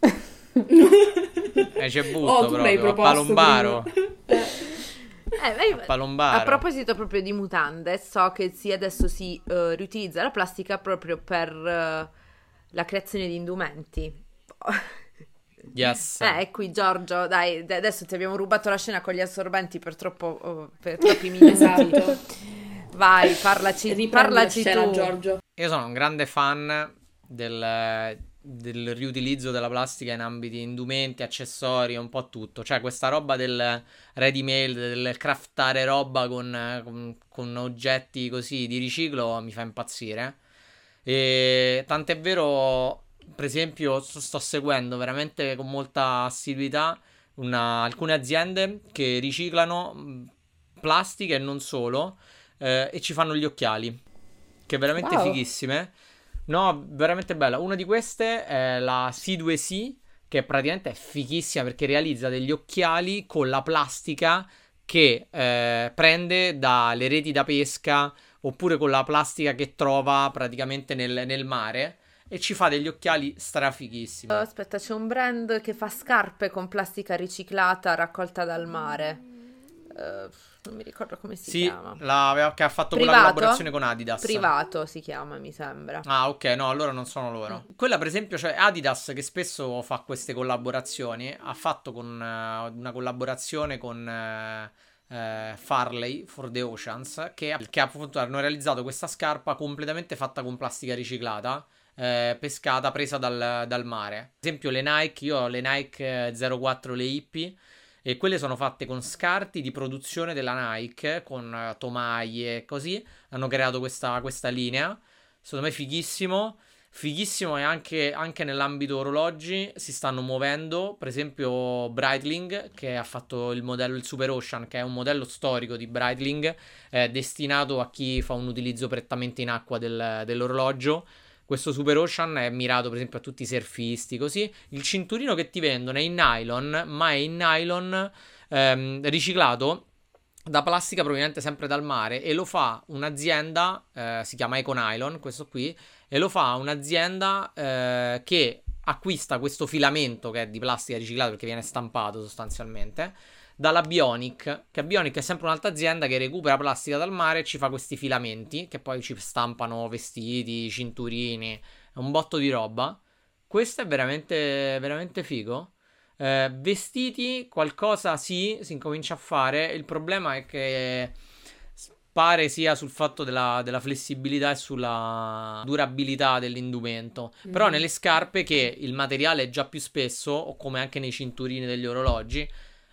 E c'è butto Oh, tu l'hai proprio. A proposto Palombaro. prima. Eh, ma io- A Palombaro. a proposito proprio di mutande, so che si, adesso si eh, riutilizza la plastica proprio per eh, la creazione di indumenti. Yes. Eh, qui Giorgio, dai, d- adesso ti abbiamo rubato la scena con gli assorbenti per, troppo, oh, per troppi minuti. Esatto. Vai, parlaci, Riprendi parlaci la scena, tu. Giorgio. Io sono un grande fan del, del riutilizzo della plastica in ambiti indumenti, accessori, un po' tutto. Cioè questa roba del ready-made, del craftare roba con, con, con oggetti così di riciclo mi fa impazzire. E tant'è vero, per esempio, sto, sto seguendo veramente con molta assiduità una- alcune aziende che riciclano mh, plastica e non solo, eh, e ci fanno gli occhiali, che è veramente Wow. fighissime. No, veramente bella. Una di queste è la C due C, che praticamente è fighissima perché realizza degli occhiali con la plastica che eh, prende dalle reti da pesca oppure con la plastica che trova praticamente nel, nel mare, e ci fa degli occhiali strafighissimi. Oh, aspetta, c'è un brand che fa scarpe con plastica riciclata raccolta dal mare. Eh, non mi ricordo come si Sì, chiama. la, che ha fatto quella Privato? collaborazione con Adidas. Privato si chiama, mi sembra. Ah, ok, no, allora non sono loro. Quella, per esempio, cioè Adidas, che spesso fa queste collaborazioni, ha fatto con eh, una collaborazione con eh, eh, Farley for the Oceans, che, che appunto hanno realizzato questa scarpa completamente fatta con plastica riciclata, eh, pescata, presa dal, dal mare. Ad esempio le Nike, io ho le Nike eh, zero quattro, le hippie, e quelle sono fatte con scarti di produzione della Nike, con eh, tomaie e così. Hanno creato questa, questa linea. Secondo me fighissimo. Fighissimo, e anche, anche nell'ambito orologi si stanno muovendo. Per esempio Breitling, che ha fatto il modello, il Super Ocean, che è un modello storico di Breitling, eh, destinato a chi fa un utilizzo prettamente in acqua del, dell'orologio. Questo Super Ocean è mirato per esempio a tutti i surfisti, così. Il cinturino che ti vendono è in nylon, ma è in nylon ehm, riciclato da plastica proveniente sempre dal mare, e lo fa un'azienda, eh, si chiama Econylon, questo qui, e lo fa un'azienda eh, che acquista questo filamento che è di plastica riciclata perché viene stampato sostanzialmente dalla Bionic, che Bionic è sempre un'altra azienda che recupera plastica dal mare e ci fa questi filamenti che poi ci stampano vestiti, cinturini, è un botto di roba. Questo è veramente, veramente figo. Eh, vestiti, qualcosa sì, si incomincia a fare. Il problema è che pare sia sul fatto della, della flessibilità e sulla durabilità dell'indumento. Mm. Però nelle scarpe, che il materiale è già più spesso, o come anche nei cinturini degli orologi,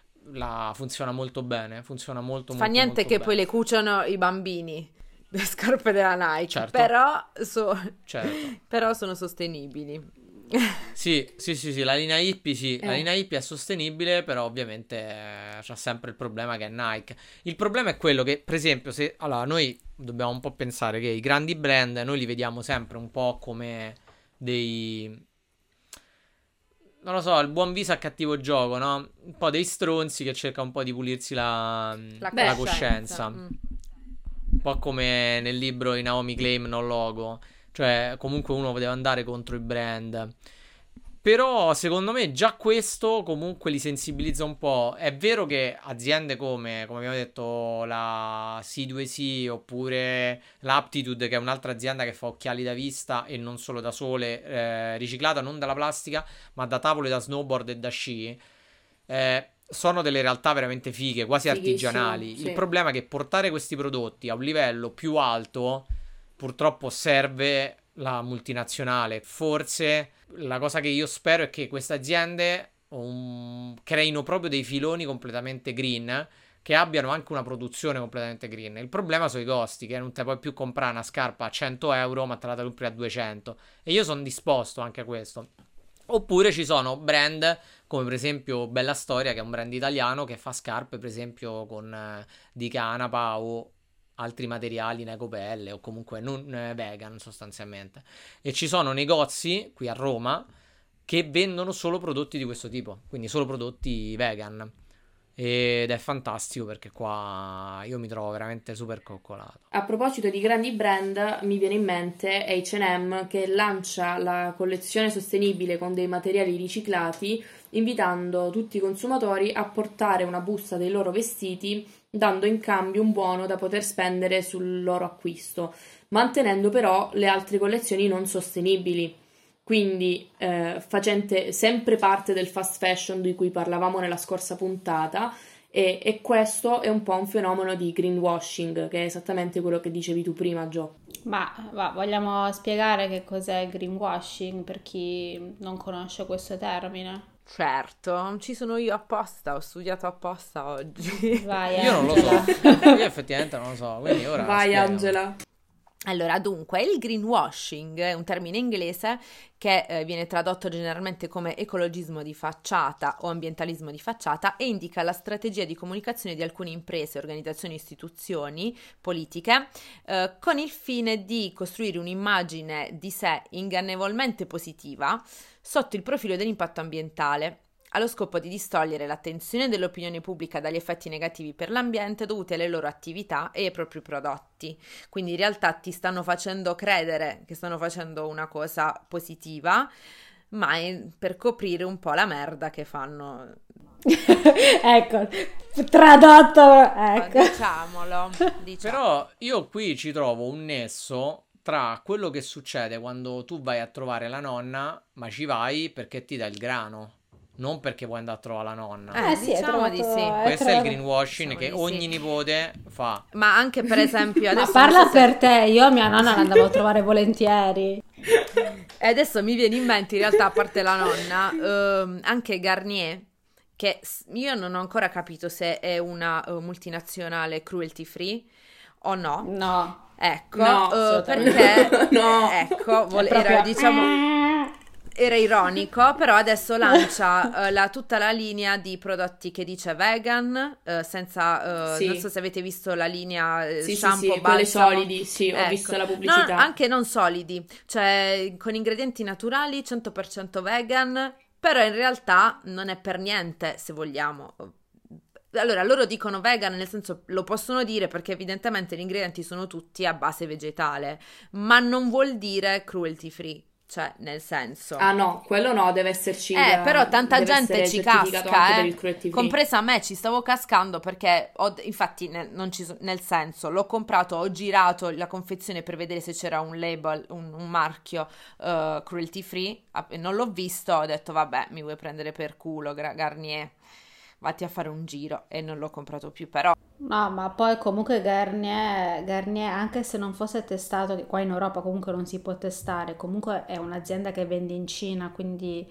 la funziona molto bene, funziona molto Fa molto niente molto che bene. poi le cuciono i bambini, le scarpe della Nike, Certo. però, so- Certo. però sono sostenibili. Sì, sì, sì, sì, la linea hippie, sì, Eh. la linea hippie è sostenibile, però ovviamente eh, c'ha sempre il problema che è Nike. Il problema è quello che, per esempio, se allora noi dobbiamo un po' pensare che i grandi brand noi li vediamo sempre un po' come dei, non lo so, il buon viso a cattivo gioco, no? Un po' dei stronzi che cercano un po' di pulirsi la, La la coscienza. coscienza. Mm. Un po' come nel libro di Naomi Klein, No Logo. Cioè, comunque uno poteva andare contro i brand. Però, secondo me, già questo comunque li sensibilizza un po'. È vero che aziende come, come abbiamo detto, la C due C oppure l'Aptitude, che è un'altra azienda che fa occhiali da vista e non solo da sole, eh, riciclata non dalla plastica, ma da tavole da snowboard e da sci, eh, sono delle realtà veramente fighe, quasi Fighissimo, artigianali. sì. Il problema è che portare questi prodotti a un livello più alto purtroppo serve la multinazionale. Forse la cosa che io spero è che queste aziende um, creino proprio dei filoni completamente green, che abbiano anche una produzione completamente green. Il problema sono i costi, che non te puoi più comprare una scarpa a cento euro ma te la compri a duecento, e io sono disposto anche a questo. Oppure ci sono brand come per esempio Bella Storia, che è un brand italiano che fa scarpe per esempio con eh, di canapa o altri materiali in ecopelle o comunque non eh, vegan sostanzialmente. E ci sono negozi qui a Roma che vendono solo prodotti di questo tipo, quindi solo prodotti vegan. Ed è fantastico perché qua io mi trovo veramente super coccolato. A proposito di grandi brand, mi viene in mente acca e emme che lancia la collezione sostenibile con dei materiali riciclati, invitando tutti i consumatori a portare una busta dei loro vestiti, dando in cambio un buono da poter spendere sul loro acquisto, mantenendo però le altre collezioni non sostenibili. Quindi eh, facente sempre parte del fast fashion di cui parlavamo nella scorsa puntata, e, e questo è un po' un fenomeno di greenwashing, che è esattamente quello che dicevi tu prima, Gio. Ma va, vogliamo spiegare che cos'è il greenwashing per chi non conosce questo termine? Certo, ci sono io apposta, ho studiato apposta oggi. Vai, Io non lo Angela. so, io effettivamente non lo so, quindi ora Vai, spiegami. Angela. Allora, dunque, il greenwashing è un termine inglese che eh, viene tradotto generalmente come ecologismo di facciata o ambientalismo di facciata e indica la strategia di comunicazione di alcune imprese, organizzazioni, istituzioni politiche eh, con il fine di costruire un'immagine di sé ingannevolmente positiva sotto il profilo dell'impatto ambientale, allo scopo di distogliere l'attenzione dell'opinione pubblica dagli effetti negativi per l'ambiente dovuti alle loro attività e ai propri prodotti. Quindi in realtà ti stanno facendo credere che stanno facendo una cosa positiva, ma è per coprire un po' la merda che fanno. Ecco, tradotto, ecco. Diciamolo, diciamo. Però io qui ci trovo un nesso tra quello che succede quando tu vai a trovare la nonna, ma ci vai perché ti dà il grano, non perché vuoi andare a trovare la nonna. Eh, Eh sì, è diciamo di trovato- sì. è Questo è il trovato- greenwashing diciamo che di ogni sì. nipote fa. Ma anche per esempio Ma adesso parla non so se- per te, io a mia nonna l'andavo a trovare volentieri. E adesso mi viene in mente, in realtà, a parte la nonna, ehm, anche Garnier, che s- io non ho ancora capito se è una eh, multinazionale cruelty free o no. No. Ecco, No, eh, assolutamente. perché No. ecco, vole- È proprio- era, diciamo, era ironico, però adesso lancia eh, la- tutta la linea di prodotti che dice vegan, eh, senza, eh, Sì. non so se avete visto la linea eh, Sì, sì, shampoo, sì, quelle balsamo. solidi, sì, ho Ecco. visto la No, pubblicità. anche non solidi, cioè con ingredienti naturali, cento per cento vegan, però in realtà non è per niente, se vogliamo. Allora, loro dicono vegan, nel senso lo possono dire perché evidentemente gli ingredienti sono tutti a base vegetale, ma non vuol dire cruelty free, cioè nel senso... Ah no, quello no, deve esserci. Eh, il- però tanta deve gente essere ci certificato casca, anche eh. per il cruelty free. Compresa me, ci stavo cascando perché ho, infatti nel, non ci so- nel senso l'ho comprato, ho girato la confezione per vedere se c'era un label, un, un marchio eh, cruelty free, ah, e non l'ho visto, ho detto vabbè, mi vuoi prendere per culo, Gra- Garnier, vatti a fare un giro, e non l'ho comprato più, però No, ma poi comunque Garnier, Garnier, anche se non fosse testato, che qua in Europa comunque non si può testare, comunque è un'azienda che vende in Cina, quindi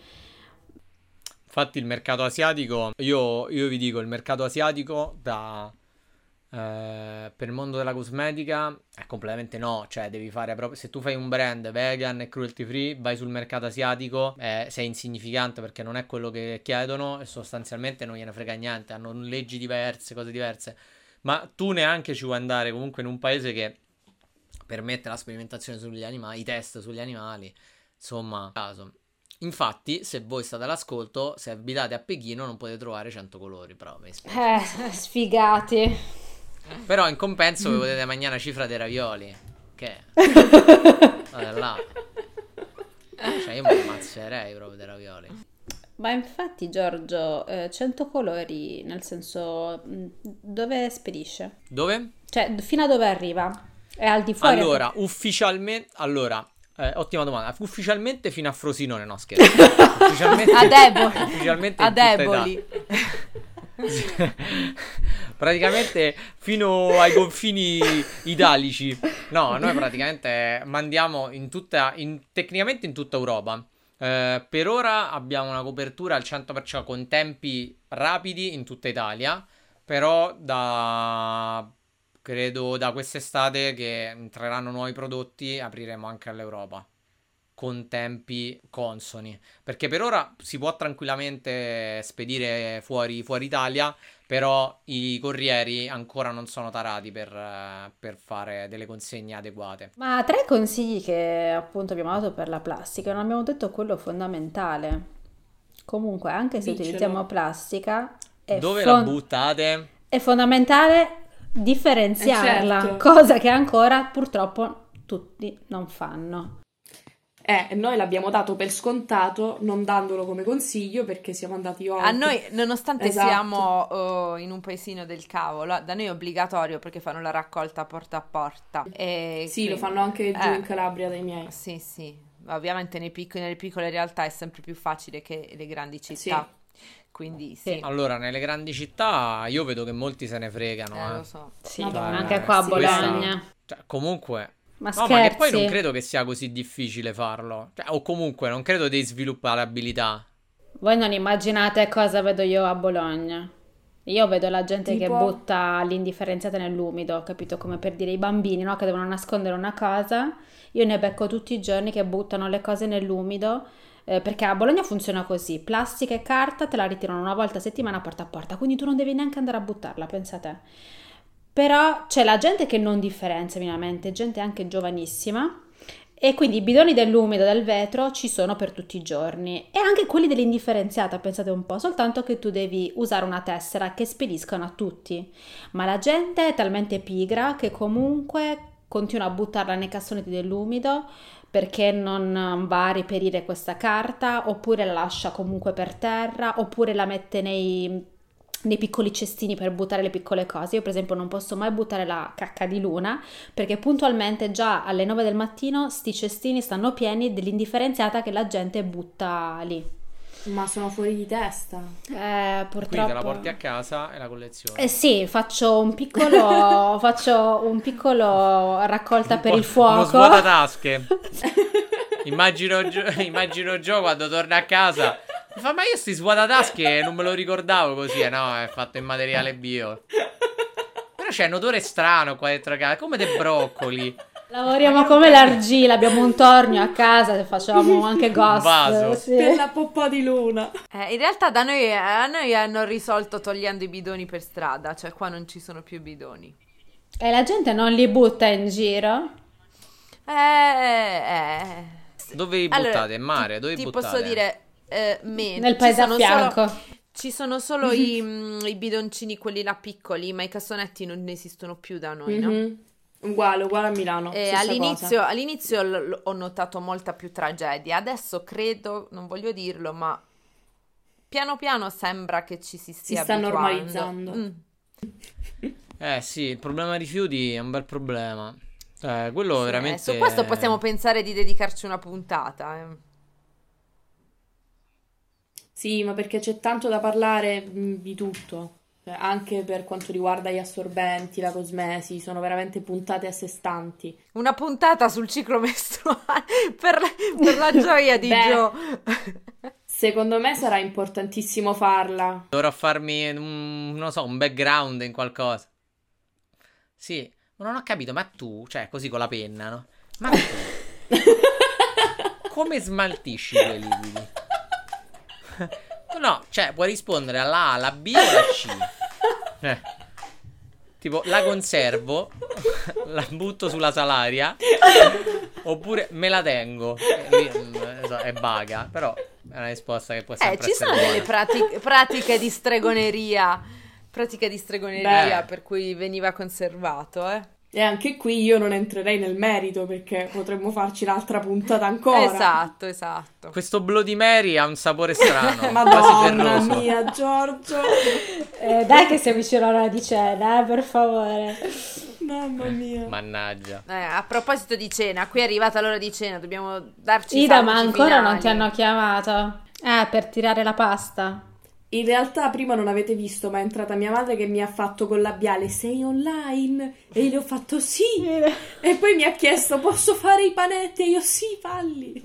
Infatti il mercato asiatico, io, io vi dico, il mercato asiatico da, Eh, per il mondo della cosmetica è completamente no, cioè devi fare proprio, se tu fai un brand vegan e cruelty free, vai sul mercato asiatico, eh, sei insignificante perché non è quello che chiedono e sostanzialmente non gliene frega niente, hanno leggi diverse, cose diverse, ma tu neanche ci vuoi andare comunque in un paese che permette la sperimentazione sugli animali, i test sugli animali, insomma, caso. Infatti, se voi state all'ascolto, se abitate a Pechino non potete trovare cento colori, però mi spiace. Eh, sfigati. Però in compenso vi potete mangiare una cifra dei ravioli. Che vada là. Cioè io mi ammazzerei proprio dei ravioli. Ma infatti Giorgio, eh, cento colori, nel senso, mh, dove spedisce? Dove? Cioè, fino a dove arriva? È al di fuori? Allora, ufficialmente... Allora, eh, ottima domanda. Ufficialmente fino a Frosinone, no scherzo. Ufficialmente... Ad Eboli. Ufficialmente Ad in tutta Eboli. Praticamente fino ai confini italici. No, noi praticamente mandiamo in tutta, in, tecnicamente in tutta Europa. Eh, per ora abbiamo una copertura al cento per cento con tempi rapidi in tutta Italia. Però da credo da quest'estate che entreranno nuovi prodotti apriremo anche all'Europa con tempi consoni, perché per ora si può tranquillamente spedire fuori, fuori Italia, però i corrieri ancora non sono tarati per, eh, per fare delle consegne adeguate. Ma tra i consigli che appunto abbiamo dato per la plastica, non abbiamo detto quello fondamentale. Comunque, anche se Diccelo. utilizziamo plastica, è, Dove fon- la buttate? è fondamentale differenziarla, Eh, certo. cosa che ancora purtroppo tutti non fanno. Eh, noi l'abbiamo dato per scontato, non dandolo come consiglio perché siamo andati oltre. A noi, nonostante Esatto. siamo oh, in un paesino del cavolo, da noi è obbligatorio perché fanno la raccolta porta a porta. E Sì, quindi- lo fanno anche giù eh, in Calabria dai miei. Sì, sì. Ovviamente nei pic- nelle piccole realtà è sempre più facile che le grandi città. Quindi sì, Sì. Allora, nelle grandi città io vedo che molti se ne fregano. eh, eh. lo so. Sì, Madonna, anche qua a sì, Bologna. questa- Cioè, comunque... Ma No, ma che poi scherzi? non credo che sia così difficile farlo. Cioè, o comunque non credo devi sviluppare abilità. Voi non immaginate cosa vedo io a Bologna. Io vedo la gente che Tipo? butta l'indifferenziata nell'umido, capito? Come per dire i bambini, no? Che devono nascondere una cosa. Io ne becco tutti i giorni che buttano le cose nell'umido, eh, perché a Bologna funziona così. Plastica e carta te la ritirano una volta a settimana porta a porta, quindi tu non devi neanche andare a buttarla, pensa te. Però c'è la gente che non differenzia minimamente, gente anche giovanissima, e quindi i bidoni dell'umido del vetro ci sono per tutti i giorni, e anche quelli dell'indifferenziata, pensate un po', soltanto che tu devi usare una tessera che spediscono a tutti, ma la gente è talmente pigra che comunque continua a buttarla nei cassonetti dell'umido perché non va a reperire questa carta, oppure la lascia comunque per terra, oppure la mette nei nei piccoli cestini per buttare le piccole cose. Io per esempio non posso mai buttare la cacca di Luna perché puntualmente già alle nove del mattino sti cestini stanno pieni dell'indifferenziata che la gente butta lì. Ma sono fuori di testa. Eh, Quindi purtroppo... te la porti a casa e la collezioni. Eh sì, faccio un piccolo faccio un piccolo raccolta Un per po' il fuoco. Uno svuotatasche. Immagino, Gio- immagino Gio quando torna a casa. Mi fa, ma io sti svuotatasche non me lo ricordavo così. Eh no, è fatto in materiale bio. Però c'è un odore strano qua dentro casa, come dei broccoli. Lavoriamo come l'argilla, abbiamo un tornio a casa e facciamo anche ghost. vaso. Sì. Per la poppa di Luna. Eh, in realtà da noi, a noi hanno risolto togliendo i bidoni per strada, cioè qua non ci sono più bidoni. E la gente non li butta in giro? Eh, eh. Dove li Allora, buttate? In mare? ti- Dove ti buttate? posso dire eh, meno. Nel Ci paese a sono fianco. solo- ci sono solo i, mm, i bidoncini, quelli là piccoli, ma i cassonetti non ne esistono più da noi, no? Mhm. Uguale, uguale a Milano. E stessa all'inizio, cosa. all'inizio l- l- ho notato molta più tragedia, adesso credo, non voglio dirlo, ma piano piano sembra che ci si stia sta abituando. normalizzando. Mm. Eh sì, il problema rifiuti è un bel problema. Eh, quello Sì, veramente... su questo possiamo pensare di dedicarci una puntata. eh. Sì, ma perché c'è tanto da parlare mh, di tutto. Cioè, anche per quanto riguarda gli assorbenti, la cosmesi, sono veramente puntate a sé stanti. Una puntata sul ciclo mestruale per, per la gioia di Beh. Gio. Secondo me sarà importantissimo farla. Dovrò farmi un, non so, un background in qualcosa. Sì, ma non ho capito, ma tu, cioè così con la penna, no? Ma tu come smaltisci quei liquidi? No, cioè puoi rispondere alla A, alla B o alla C. Eh. Tipo, la conservo, la butto sulla salaria, oppure me la tengo. Eh, lì, mm, so, è vaga, però è una risposta che può Eh, sempre ci essere sono buona. delle prati- pratiche di stregoneria, pratiche di stregoneria Beh. per cui veniva conservato, eh. E anche qui io non entrerei nel merito perché potremmo farci un'altra puntata ancora. Esatto, esatto. Questo Bloody Mary ha un sapore strano, quasi Madonna ferroso. mia, Giorgio. Eh, dai che siamo vicino all'ora di cena, eh, per favore. Mamma mia. Mannaggia. Eh, a proposito di cena, qui è arrivata l'ora di cena, dobbiamo darci i Ida, ma saluti ancora finali. non ti hanno chiamato? Eh, per tirare la pasta. In realtà prima non avete visto, ma è entrata mia madre che mi ha fatto col labiale: sei online? E io le ho fatto sì. E poi mi ha chiesto: posso fare i panetti? E io sì, falli.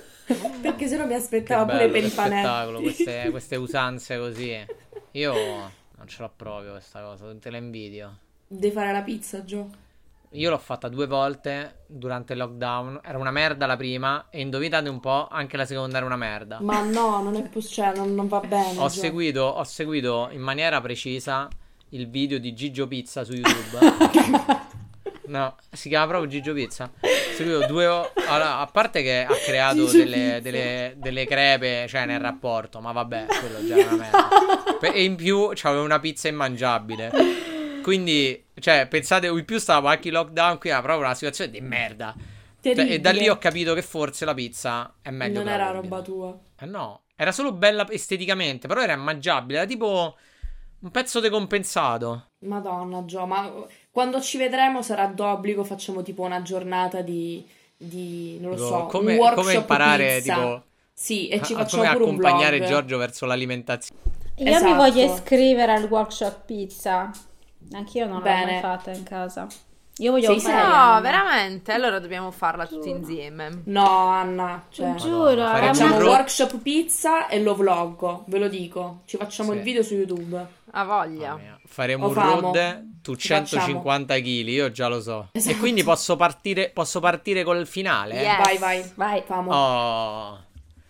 Perché sennò mi aspettava Che pure bello, per che i spettacolo, panetti. queste, queste usanze così. Io non ce l'ho proprio questa cosa, te la invidio. Devi fare la pizza, Gio. Io l'ho fatta due volte durante il lockdown. Era una merda la prima e indovinate un po', anche la seconda era una merda. Ma no, non è possibile, non, non va bene. Ho Gio. seguito, ho seguito in maniera precisa il video di Gigio Pizza su YouTube. No, si chiama proprio Gigio Pizza. Ho seguito due o- allora, a parte che ha creato Gigio delle, Pizza. delle, delle crepe, cioè nel rapporto, ma vabbè, quello già è una merda. Pe- E in più c'avevo una pizza immangiabile. Quindi, cioè, pensate, in più stavo anche in lockdown, qui era proprio una situazione di merda. Cioè, e da lì ho capito che forse la pizza è meglio Non che la era vomito. roba tua. Eh no, era solo bella esteticamente, però era immangiabile, era tipo un pezzo decompensato. Madonna, Gio, ma quando ci vedremo sarà d'obbligo, facciamo tipo una giornata di, di non lo Tipo, so, come, un workshop come imparare, pizza. tipo, Sì, e ci a- facciamo come pure un accompagnare vlog. Giorgio verso l'alimentazione. Io Esatto. mi voglio iscrivere al workshop pizza. Anch'io non l'ho Bene. mai fatta in casa. Io voglio Sei fare. seria? No, veramente? Allora dobbiamo farla tutti insieme. No, Anna, cioè, Giuro, Madonna, è faremo facciamo un un ro- workshop pizza e lo vloggo, ve lo dico. Ci facciamo Sì. il video su YouTube. Ha voglia. Mamma mia. Faremo O un famo. road, tu Ci facciamo. centocinquanta chili, io già lo so. Esatto. E quindi posso partire, posso partire col finale? Yeah. Vai, vai, Vai. famo. Oh,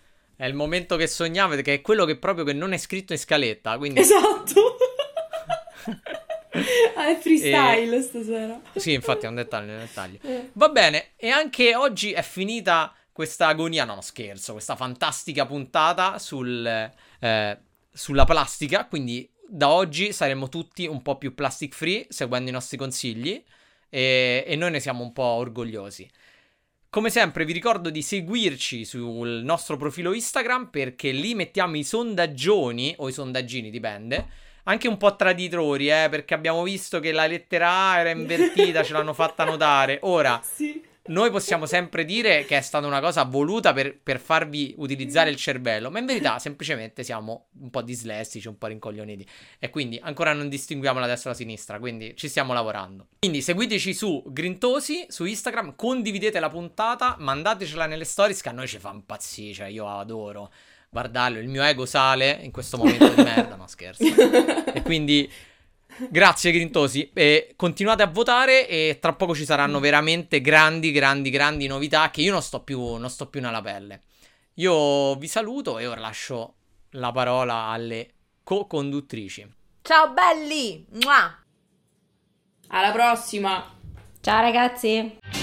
è il momento che sognavo, che è quello che proprio che non è scritto in scaletta, quindi Esatto. Ah, è freestyle stasera. sì, infatti è un dettaglio, un dettaglio. Eh. Va bene, e anche oggi è finita questa agonia, no, no scherzo, questa fantastica puntata sul, eh, sulla plastica, quindi da oggi saremo tutti un po' più plastic free, seguendo i nostri consigli, e, e noi ne siamo un po' orgogliosi. Come sempre vi ricordo di seguirci sul nostro profilo Instagram, perché lì mettiamo i sondaggioni, o i sondaggini, dipende, anche un po' traditori, eh, perché abbiamo visto che la lettera A era invertita, ce l'hanno fatta notare. Ora, Sì. noi possiamo sempre dire che è stata una cosa voluta per, per farvi utilizzare il cervello, ma in verità semplicemente siamo un po' dislessici, un po' rincoglioniti, e quindi ancora non distinguiamo la destra dalla sinistra, quindi ci stiamo lavorando. Quindi seguiteci su Grintosi, su Instagram, condividete la puntata, mandatecela nelle stories, che a noi ci fa impazzire, cioè io adoro guardarlo, il mio ego sale in questo momento di merda, no scherzo. E quindi grazie Grintosi, e continuate a votare, e tra poco ci saranno veramente grandi, grandi, grandi novità che io non sto più, non sto più nella pelle. Io vi saluto e ora lascio la parola alle co-conduttrici. Ciao belli! Mua! Alla prossima. Ciao ragazzi.